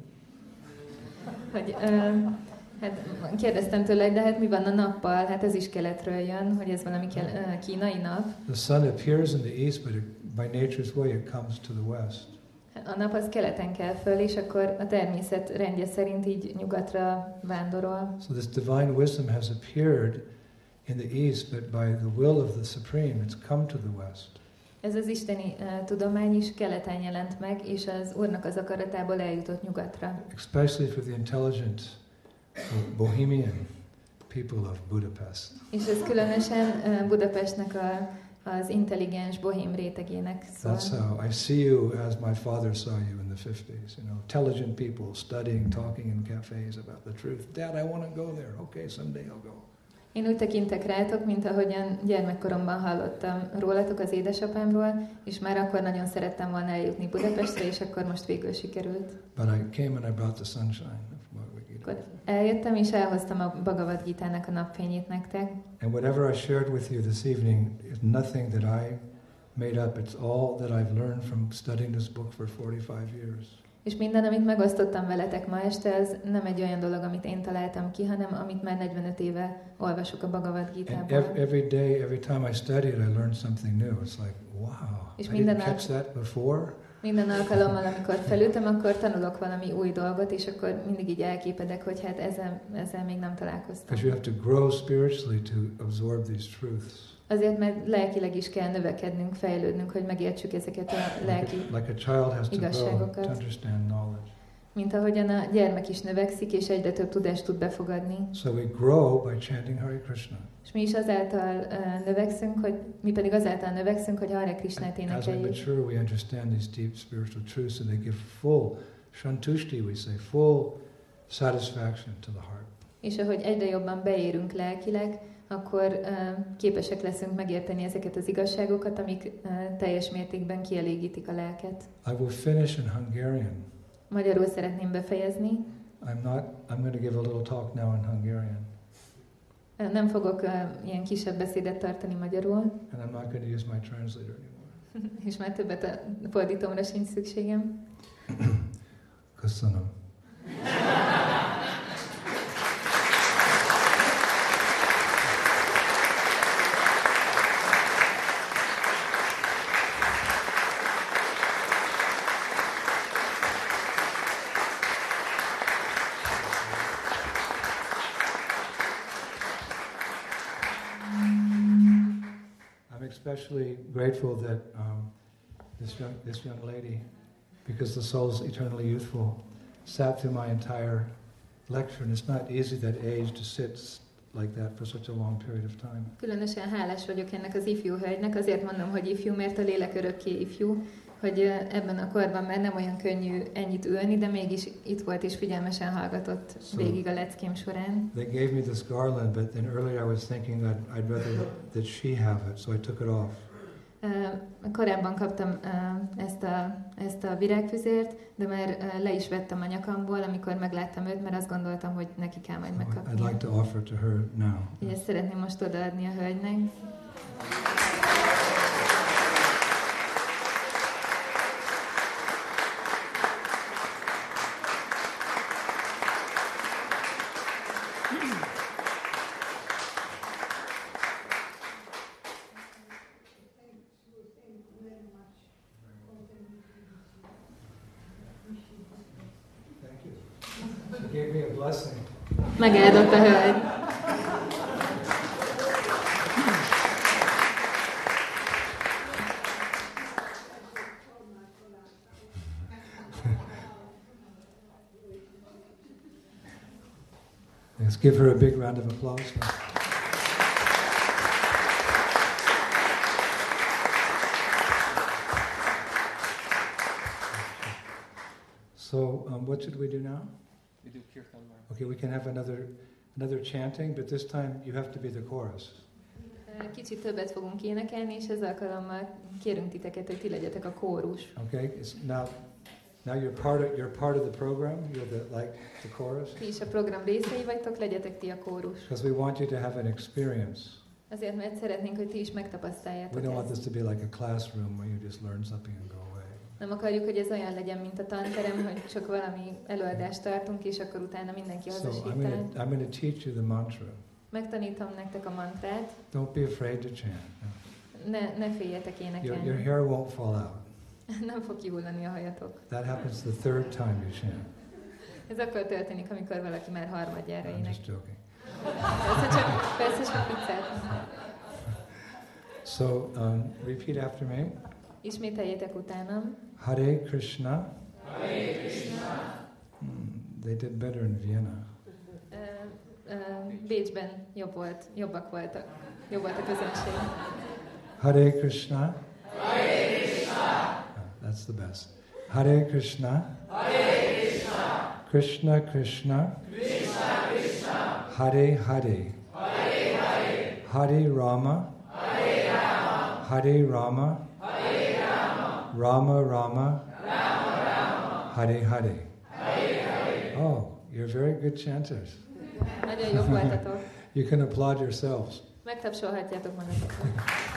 Hogy, uh, hát kérdeztem tőle, de hát mi van a nappal? Hát ez is keletről jön, hogy ez valami kel- uh, kínai nap. The sun appears in the east, but it, by nature's way it comes to the west. A nap az keleten kell föl, és akkor a természet rendje szerint így nyugatra vándorol. So this divine wisdom has appeared in the east, but by the will of the Supreme, it's come to the west. Ez az isteni uh, tudomány is keleten jelent meg, és az Úrnak az akaratából eljutott nyugatra. Especially for the intelligent Bohemian people of Budapest. És ez különösen uh, Budapestnek a, az intelligens bohém rétegének szól. That's how I see you as my father saw you in the fifties. You know, intelligent people studying, talking in cafes about the truth. Dad, I want to go there. Okay, someday I'll go. Én úgy tekintek rátok, mint ahogyan gyermekkoromban hallottam rólatok az édesapámról, és már akkor nagyon szerettem volna eljutni Budapestre, és akkor most végül sikerült. But I came and I brought the sunshine. Akkor eljöttem, és elhoztam a Bhagavad Gita-nak a napfényét nektek. And whatever I shared with you this evening is nothing that I made up. It's all that I've learned from studying this book for forty-five years. És minden, amit megosztottam veletek ma este, ez nem egy olyan dolog, amit én találtam ki, hanem amit már negyvenöt éve olvasok a Bhagavad Gita-ból. And every day, every time I study it, I learn something new. It's like, wow, és I didn't catch that before. Minden alkalommal, amikor felültem, akkor tanulok valami új dolgot, és akkor mindig így elképedek, hogy hát ezzel, ezzel még nem találkoztam. Because you have to grow spiritually to absorb these truths. Azért, mert lelkileg is kell növekednünk, fejlődnünk, hogy megértsük ezeket a lelki like a, like a child has to igazságokat. grow to understand knowledge. Mint ahogyan a gyermek is növekszik, és egyre több tudást tud befogadni. So we grow by chanting Hare Krishna. És mi is azáltal uh, növekszünk, hogy mi pedig azáltal növekszünk, hogy Hare Krishnát énekeljük. As we mature, we understand these deep spiritual truths, and they give full shantushti, we say, full satisfaction to the heart. És ahogy egyre jobban beérünk lelkileg, akkor uh, képesek leszünk megérteni ezeket az igazságokat, amik uh, teljes mértékben kielégítik a lelket. I will finish in Hungarian. Magyarul szeretném befejezni. I'm not. I'm going to give a little talk now in Hungarian. Uh, nem fogok uh, ilyen kisebb beszédet tartani magyarul. And I'm not going to use my translator anymore. És már többet a fordítómra sincs szükségem. Köszönöm. Especially grateful that um, this young this young lady, because the soul's eternally youthful, sat through my entire lecture, and it's not easy that age to sit like that for such a long period of time. Különösen hálás vagyok ennek az ifjú hölgynek, azért mondom, hogy ifjú, mert a lélek örökké ifjú, hogy ebben a korban már nem olyan könnyű ennyit ülni, de mégis itt volt és figyelmesen hallgatott so végig a leckém során. They gave me this garland, but then earlier I was thinking that I'd rather that she have it, so I took it off. Uh, korábban kaptam uh, ezt, a, ezt a virágfüzért, de már uh, le is vettem a nyakamból, amikor megláttam őt, mert azt gondoltam, hogy neki kell majd megkapni. I'd like to offer to her now. Így ezt szeretném most odaadni a hölgynek. Megáldott a hölgy. Let's give her a big round of applause. So, um, what should we do now? We do kirtan. Okay, we can have another another chanting, but this time you have to be the chorus. Kicsit többet fogunk énekelni, és ez alkalommal kérünk titeket, hogy ti legyetek a kórus. Okay, it's now Now you're part of you're part of the program. You're the like the chorus. Ti is a program részei vagytok, legyetek ti a kórus. Because we want you to have an experience. Azért, mert szeretnénk, hogy ti is megtapasztaljátok We don't want ezt. this to be like a classroom where you just learn something and go away. Nem akarjuk, hogy ez olyan legyen, mint a tanterem, hogy csak valami előadást tartunk, és akkor utána mindenki So I'm hazasétál. going I'm going to teach you the mantra. Megtanítom nektek a mantrát. Don't be afraid to chant. Ne, ne féljetek Your, énekelni. your hair won't fall out. Nem fog kihullani a hajatok. That happens the third time you chant. Ez akkor történik, amikor valaki már harmadjára I'm énekel. just joking. Persze csak, persze csak vicceltem. So um, repeat after me. Ismételjétek utánam. Hare Krishna. Hare Krishna. Hmm, they did better in Vienna. Uh, uh, Bécsben jobb volt, jobbak voltak. Jobb volt a közönség. Hare Krishna. Hare Krishna. Ah, that's the best. Hare Krishna. Hare Krishna. Krishna Krishna. Krishna Krishna. Hare Hare. Hare Hare. Hare Rama. Hare Rama. Hare Rama. Hare Rama. Rama Rama. Rama Rama. Hare Hare. Hare Hare. Oh, you're very good chanters. Nagyon jobb voltatok. You can applaud yourselves. Megtapsolhatjátok magatokat.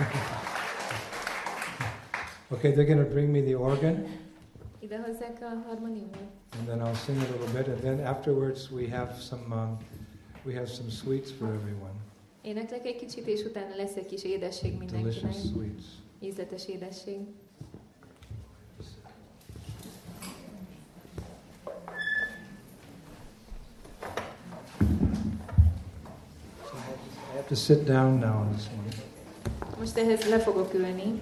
Okay, they're going to bring me the organ. Ide hozzák a harmoniumot. And then I'll sing a little bit, and then afterwards we have some um, we have some sweets for everyone. Éneklek egy kicsit, és utána lesz egy kis édesség mindenkinek. Delicious sweets. Ízletes édesség. I have to sit down now on this one. Most ehhez le fogok ülni.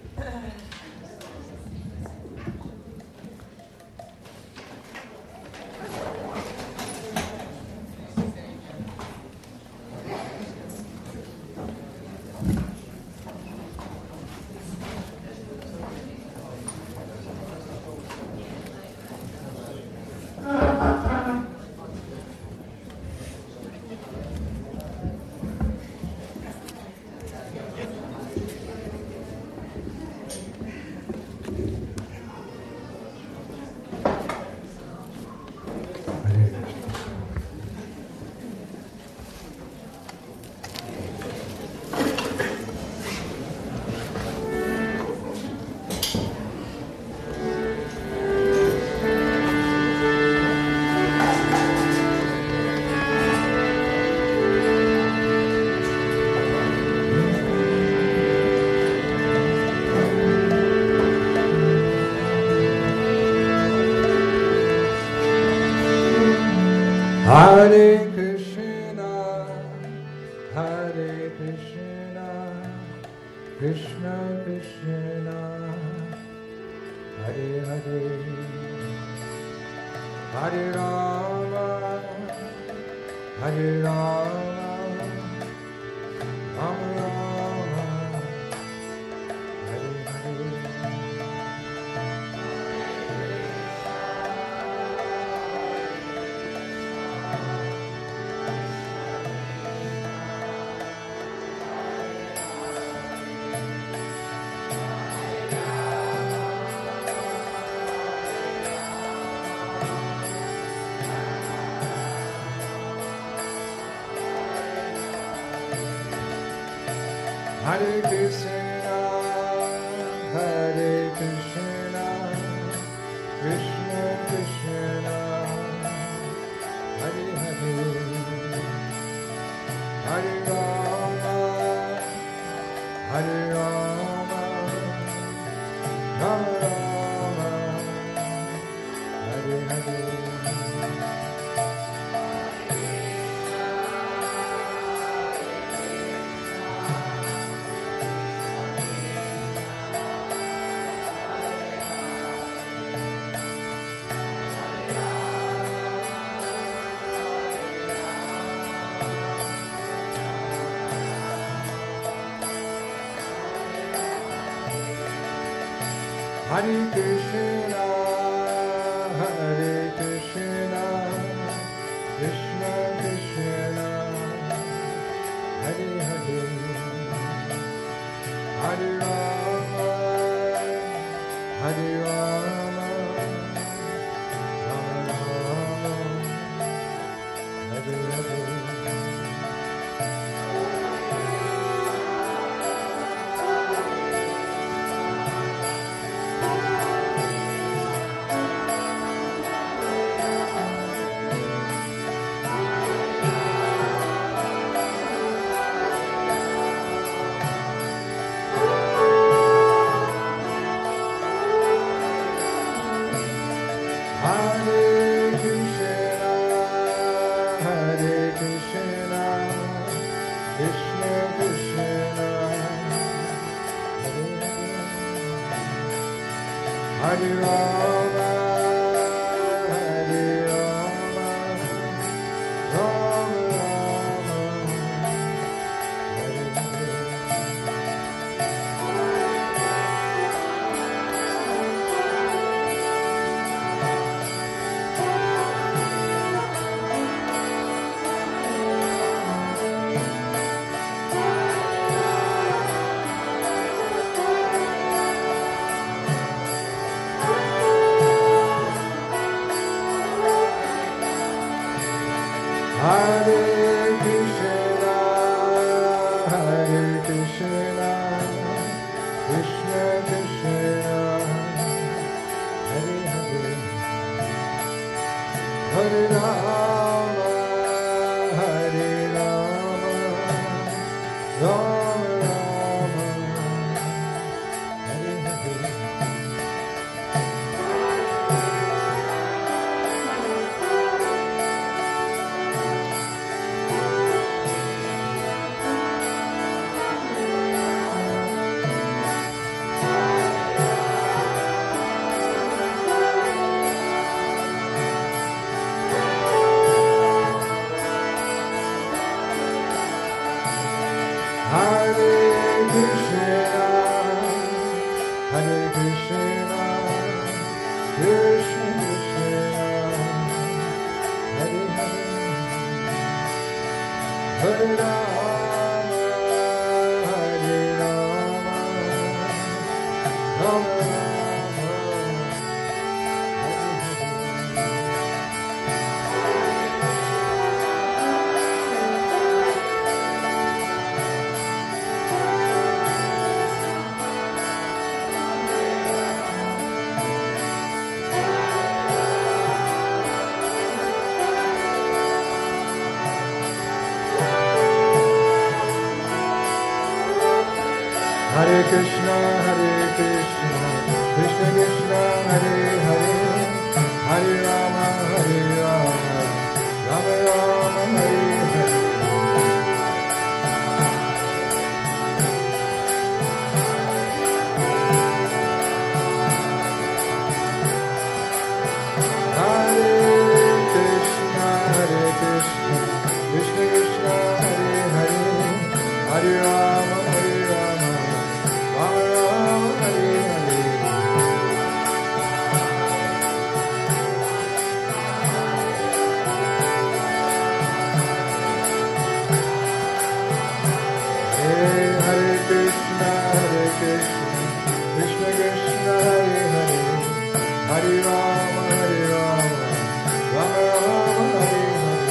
Hare Krishna, Hare Krishna, Krishna Krishna, Hare Hare, Hare Rama, Hare Rama, Rama Rama, Hare Hare. Hare Krishna, Hare Krishna, Krishna Krishna, Hare Hare, Hare Rama, Hare Rama, Rama Rama, Hare Hare. Hare Krishna, Hare Krishna, Krishna Krishna, Hare Hare, Hare Rama, Hare Rama, Hare Rama, Hare Rama, Rama Rama, Hare Hare. Hare Krishna, Hare Krishna, Krishna Krishna, Hare Hare, Hare Rama, Hare Rama, Rama Rama, Hare Hare. Hare Krishna, Hare Krishna, Krishna Krishna, Hare Hare, Hare Rama, Hare Rama, Rama Rama, Hare Hare. Hare Krishna, Hare Krishna, Krishna Krishna, Hare Hare, Hare Rama, Hare Rama, Rama Rama, Hare Hare. Hare Krishna, Hare Krishna, Krishna Krishna, Hare Hare, Hare Rama, Hare Rama, Rama Rama, Hare Hare. Hare Krishna, Hare Krishna, Krishna Krishna, Hare Hare, Hare Rama, Hare Rama, Rama Rama, Hare Hare.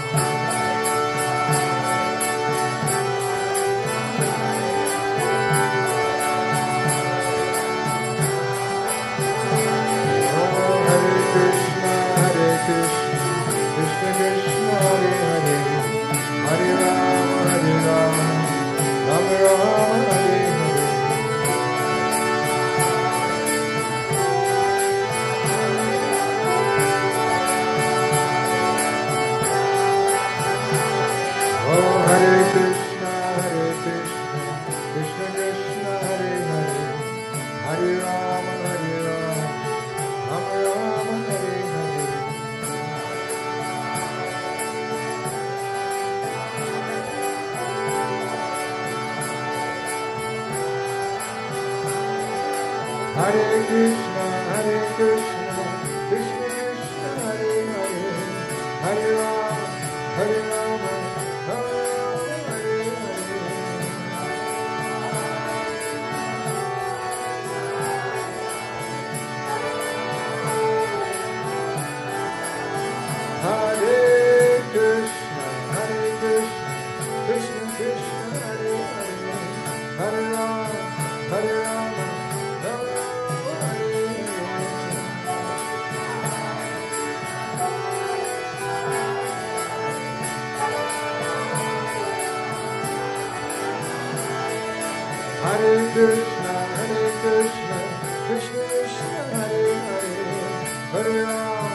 Hare Krishna, Hare Krishna, Krishna Krishna, Hare Hare, Hare Rama, Hare Rama, Rama Rama, Hare Hare. Oh, Hare Krishna, Hare Krishna, Krishna Krishna, Hare Hare, Hare Rama, Hare Rama, Rama Rama, Hare Hare. Hare Krishna, Hare Krishna, Krishna Krishna, Hare Hare, Hare Rama, Hare Rama, Rama Rama, Hare Hare. Hare Krishna, Hare Krishna, Krishna Krishna, Hare Hare, Hare Rama, Hare Rama, Rama Rama, Hare Hare. Hare Krishna, Hare Krishna, Krishna Krishna, Hare Hare, Hare Rama,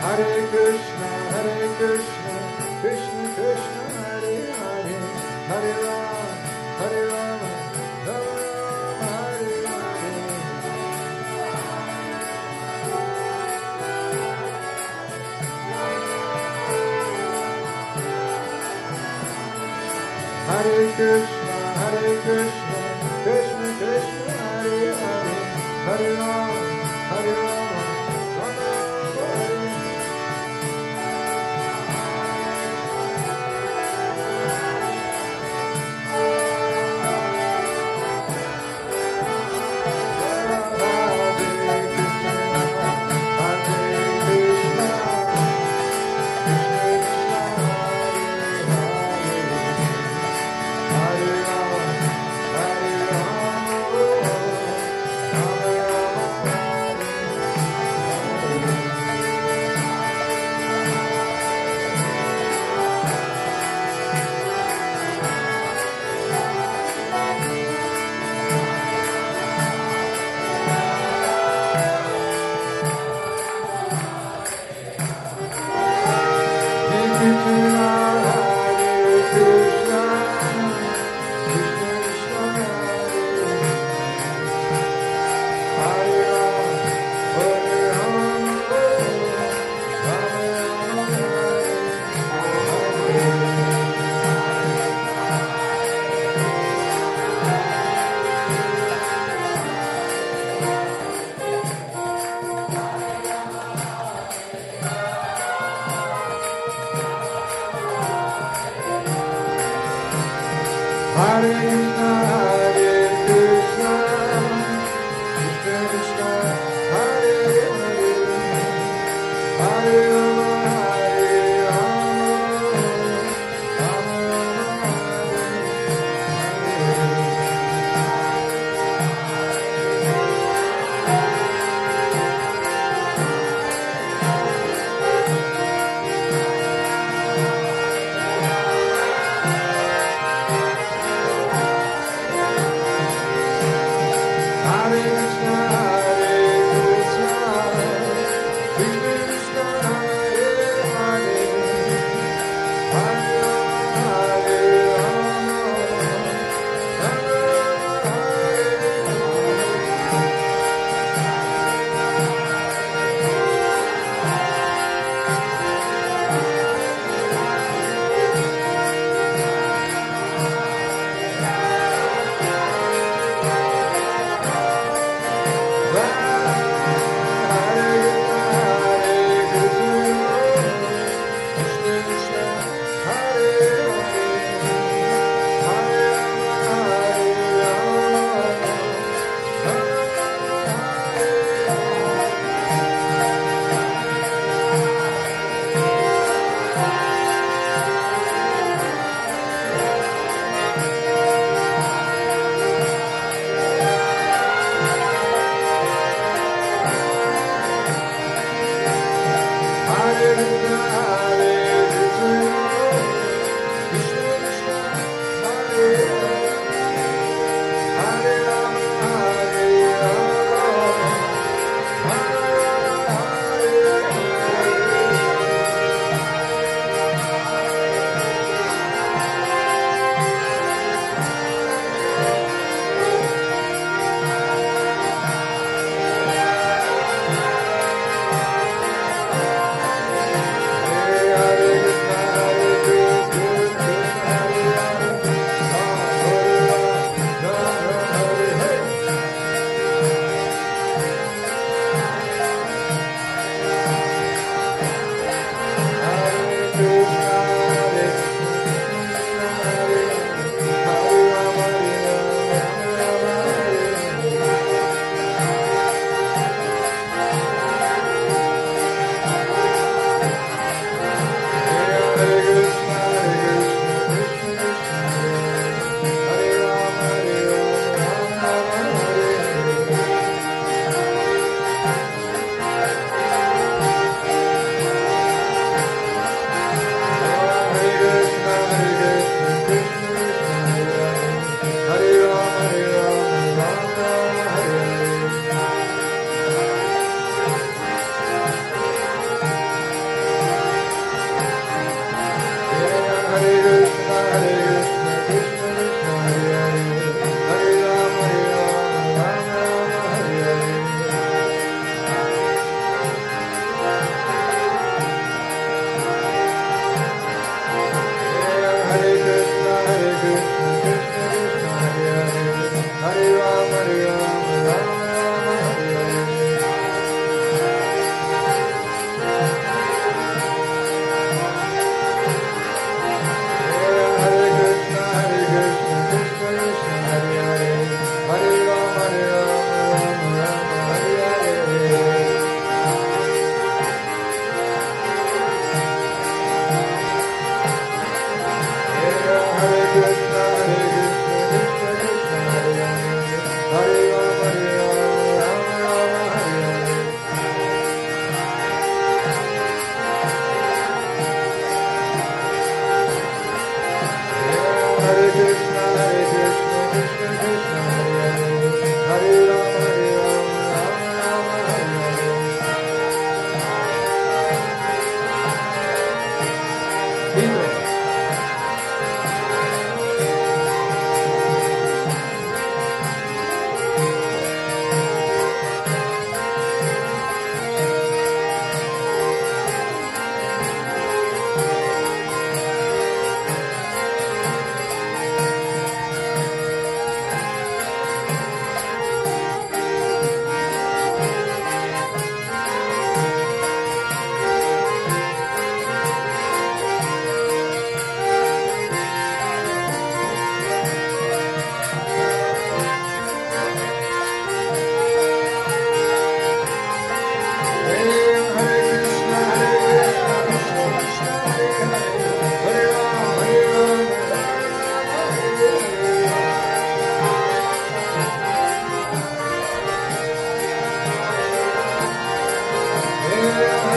Hare Krishna, Hare Krishna, Krishna Krishna, Hare Hare, Hare Rama, Hare Rama, Rama Rama, Hare Hare. Hare Krishna, Hare Krishna, Krishna Krishna, Hare Hare, Hare Rama, Hare Rama, Rama Rama, Hare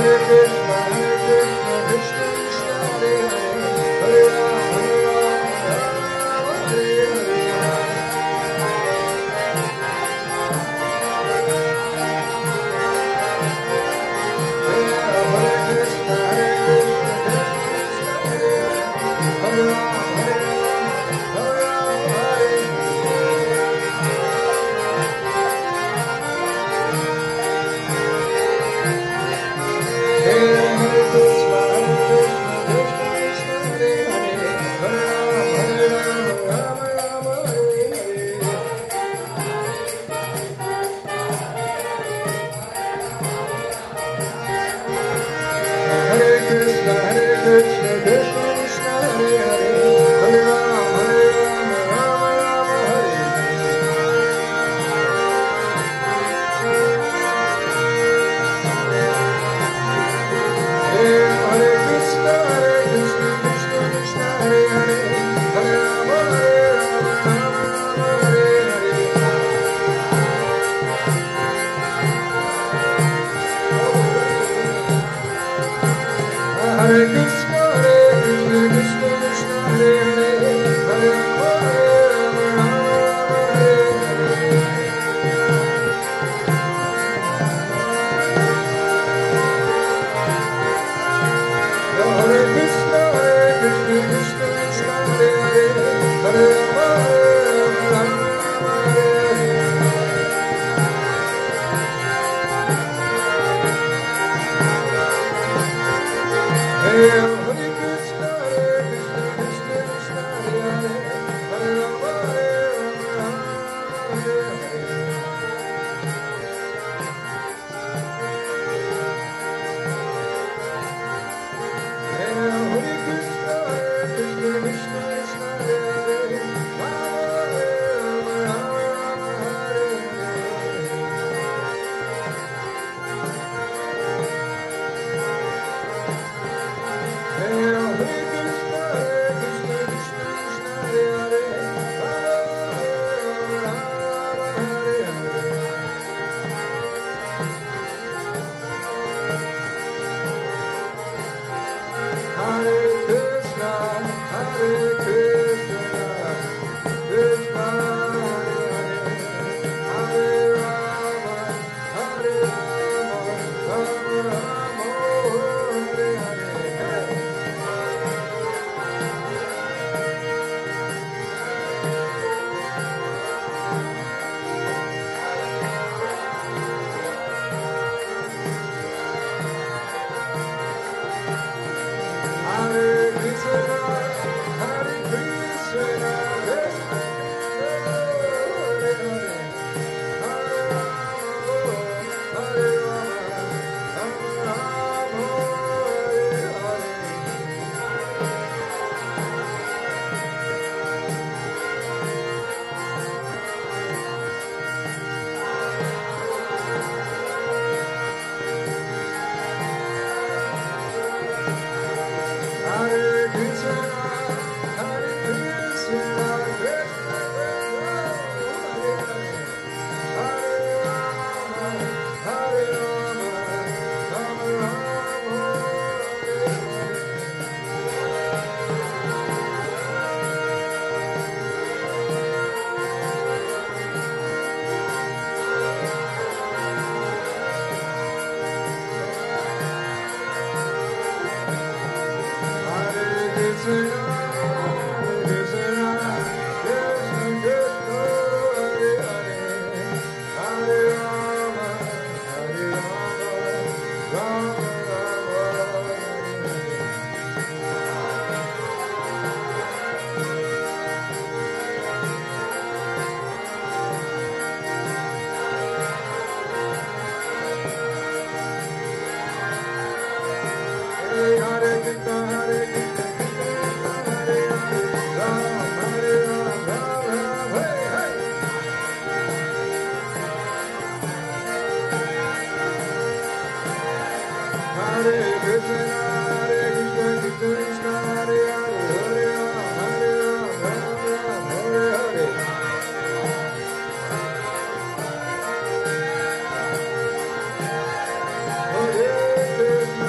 Hare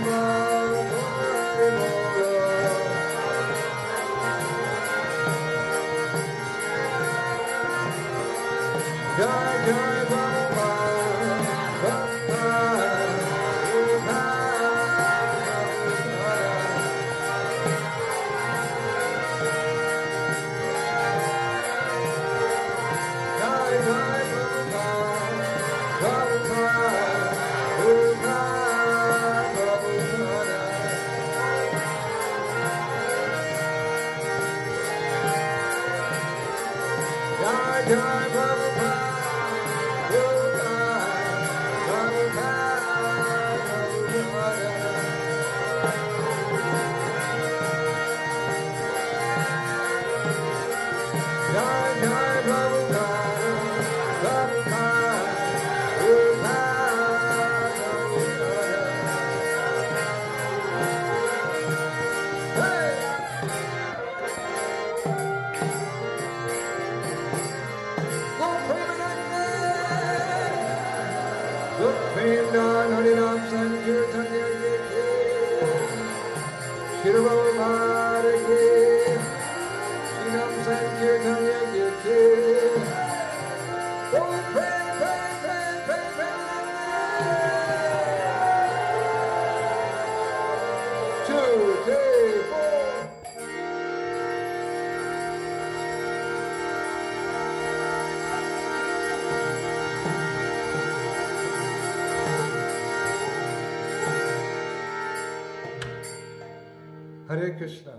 Hare Krishna.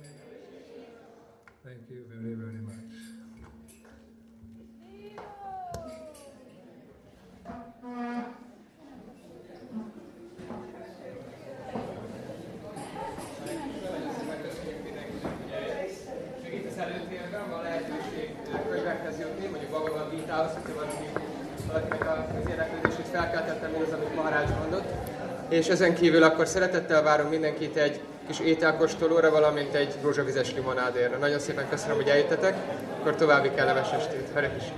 Thank you very, very much. Segít a előtérben, van lehetőség könyvekhez jutni, mondjuk Bhagavad Gítához, hogyha valaki, valakinek az érdeklődését felkeltettem mindaz, amit Maharaj mondott. És ezen kívül akkor szeretettel várunk mindenkit egy kis ételkóstolóra, valamint egy rózsavizes limonádérra. Nagyon szépen köszönöm, hogy eljöttetek, akkor további kellemes estét. Hare Krishna.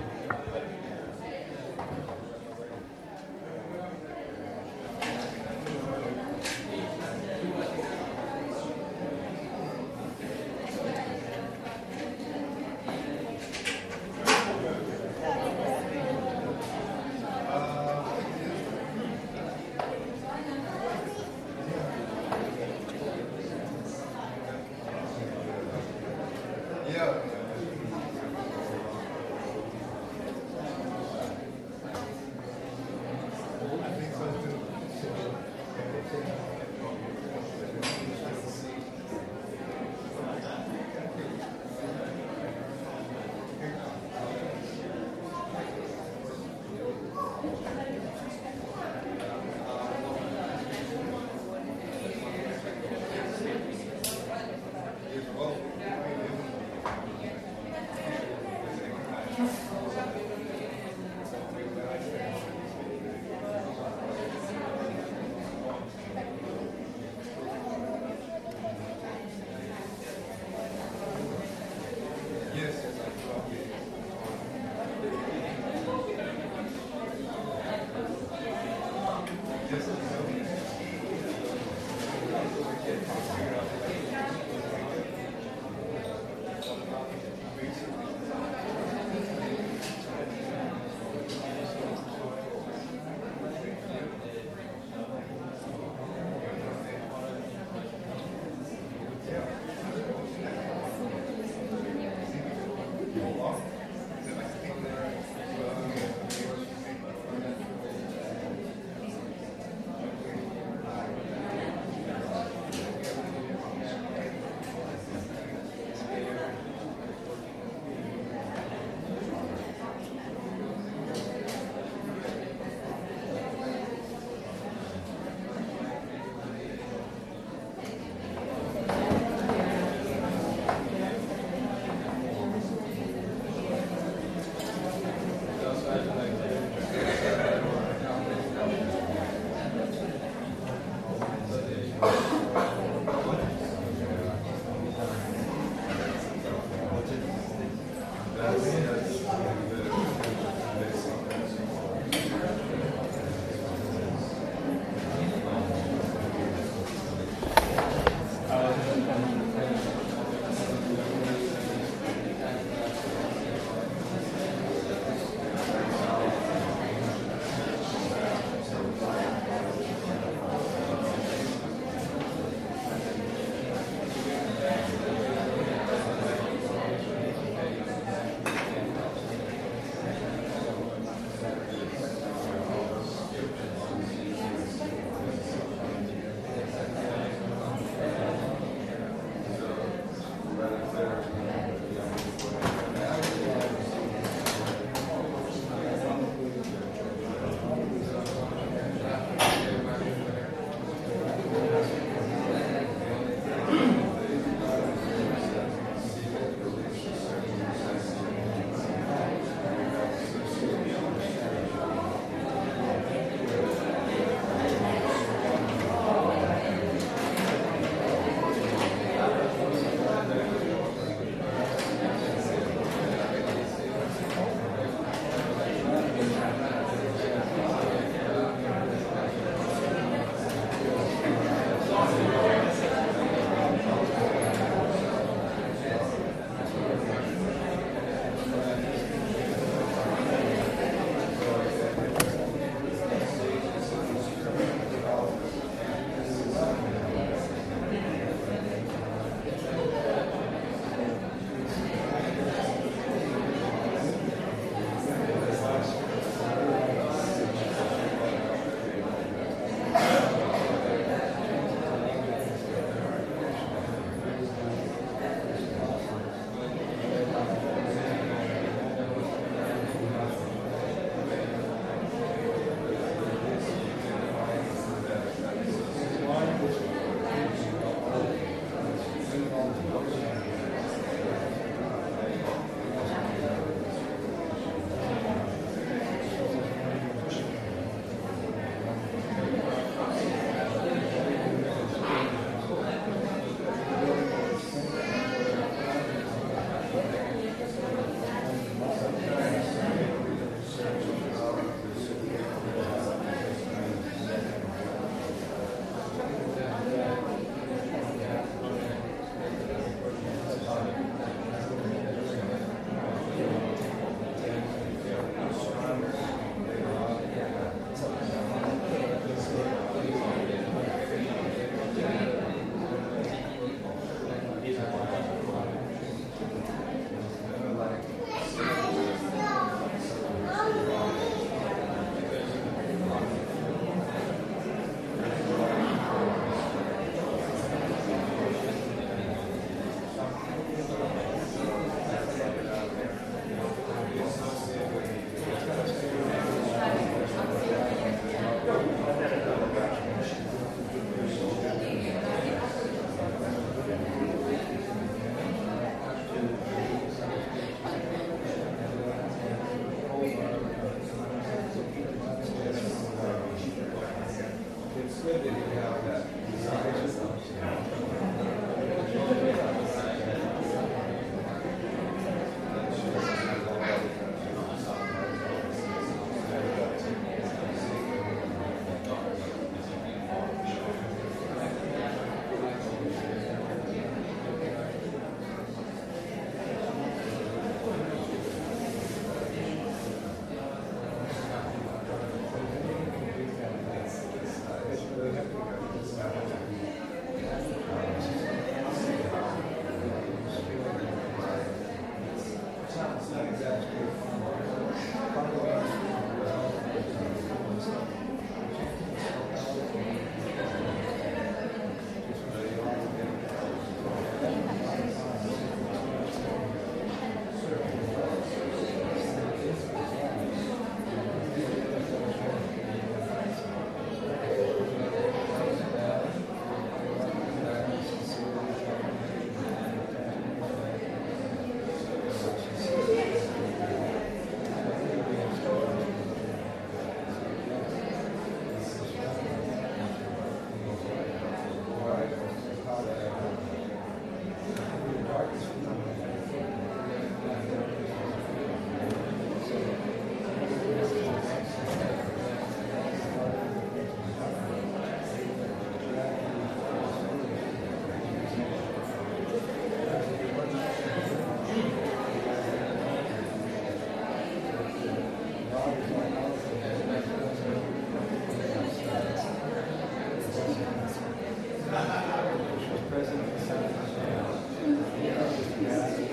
which was present in the center of the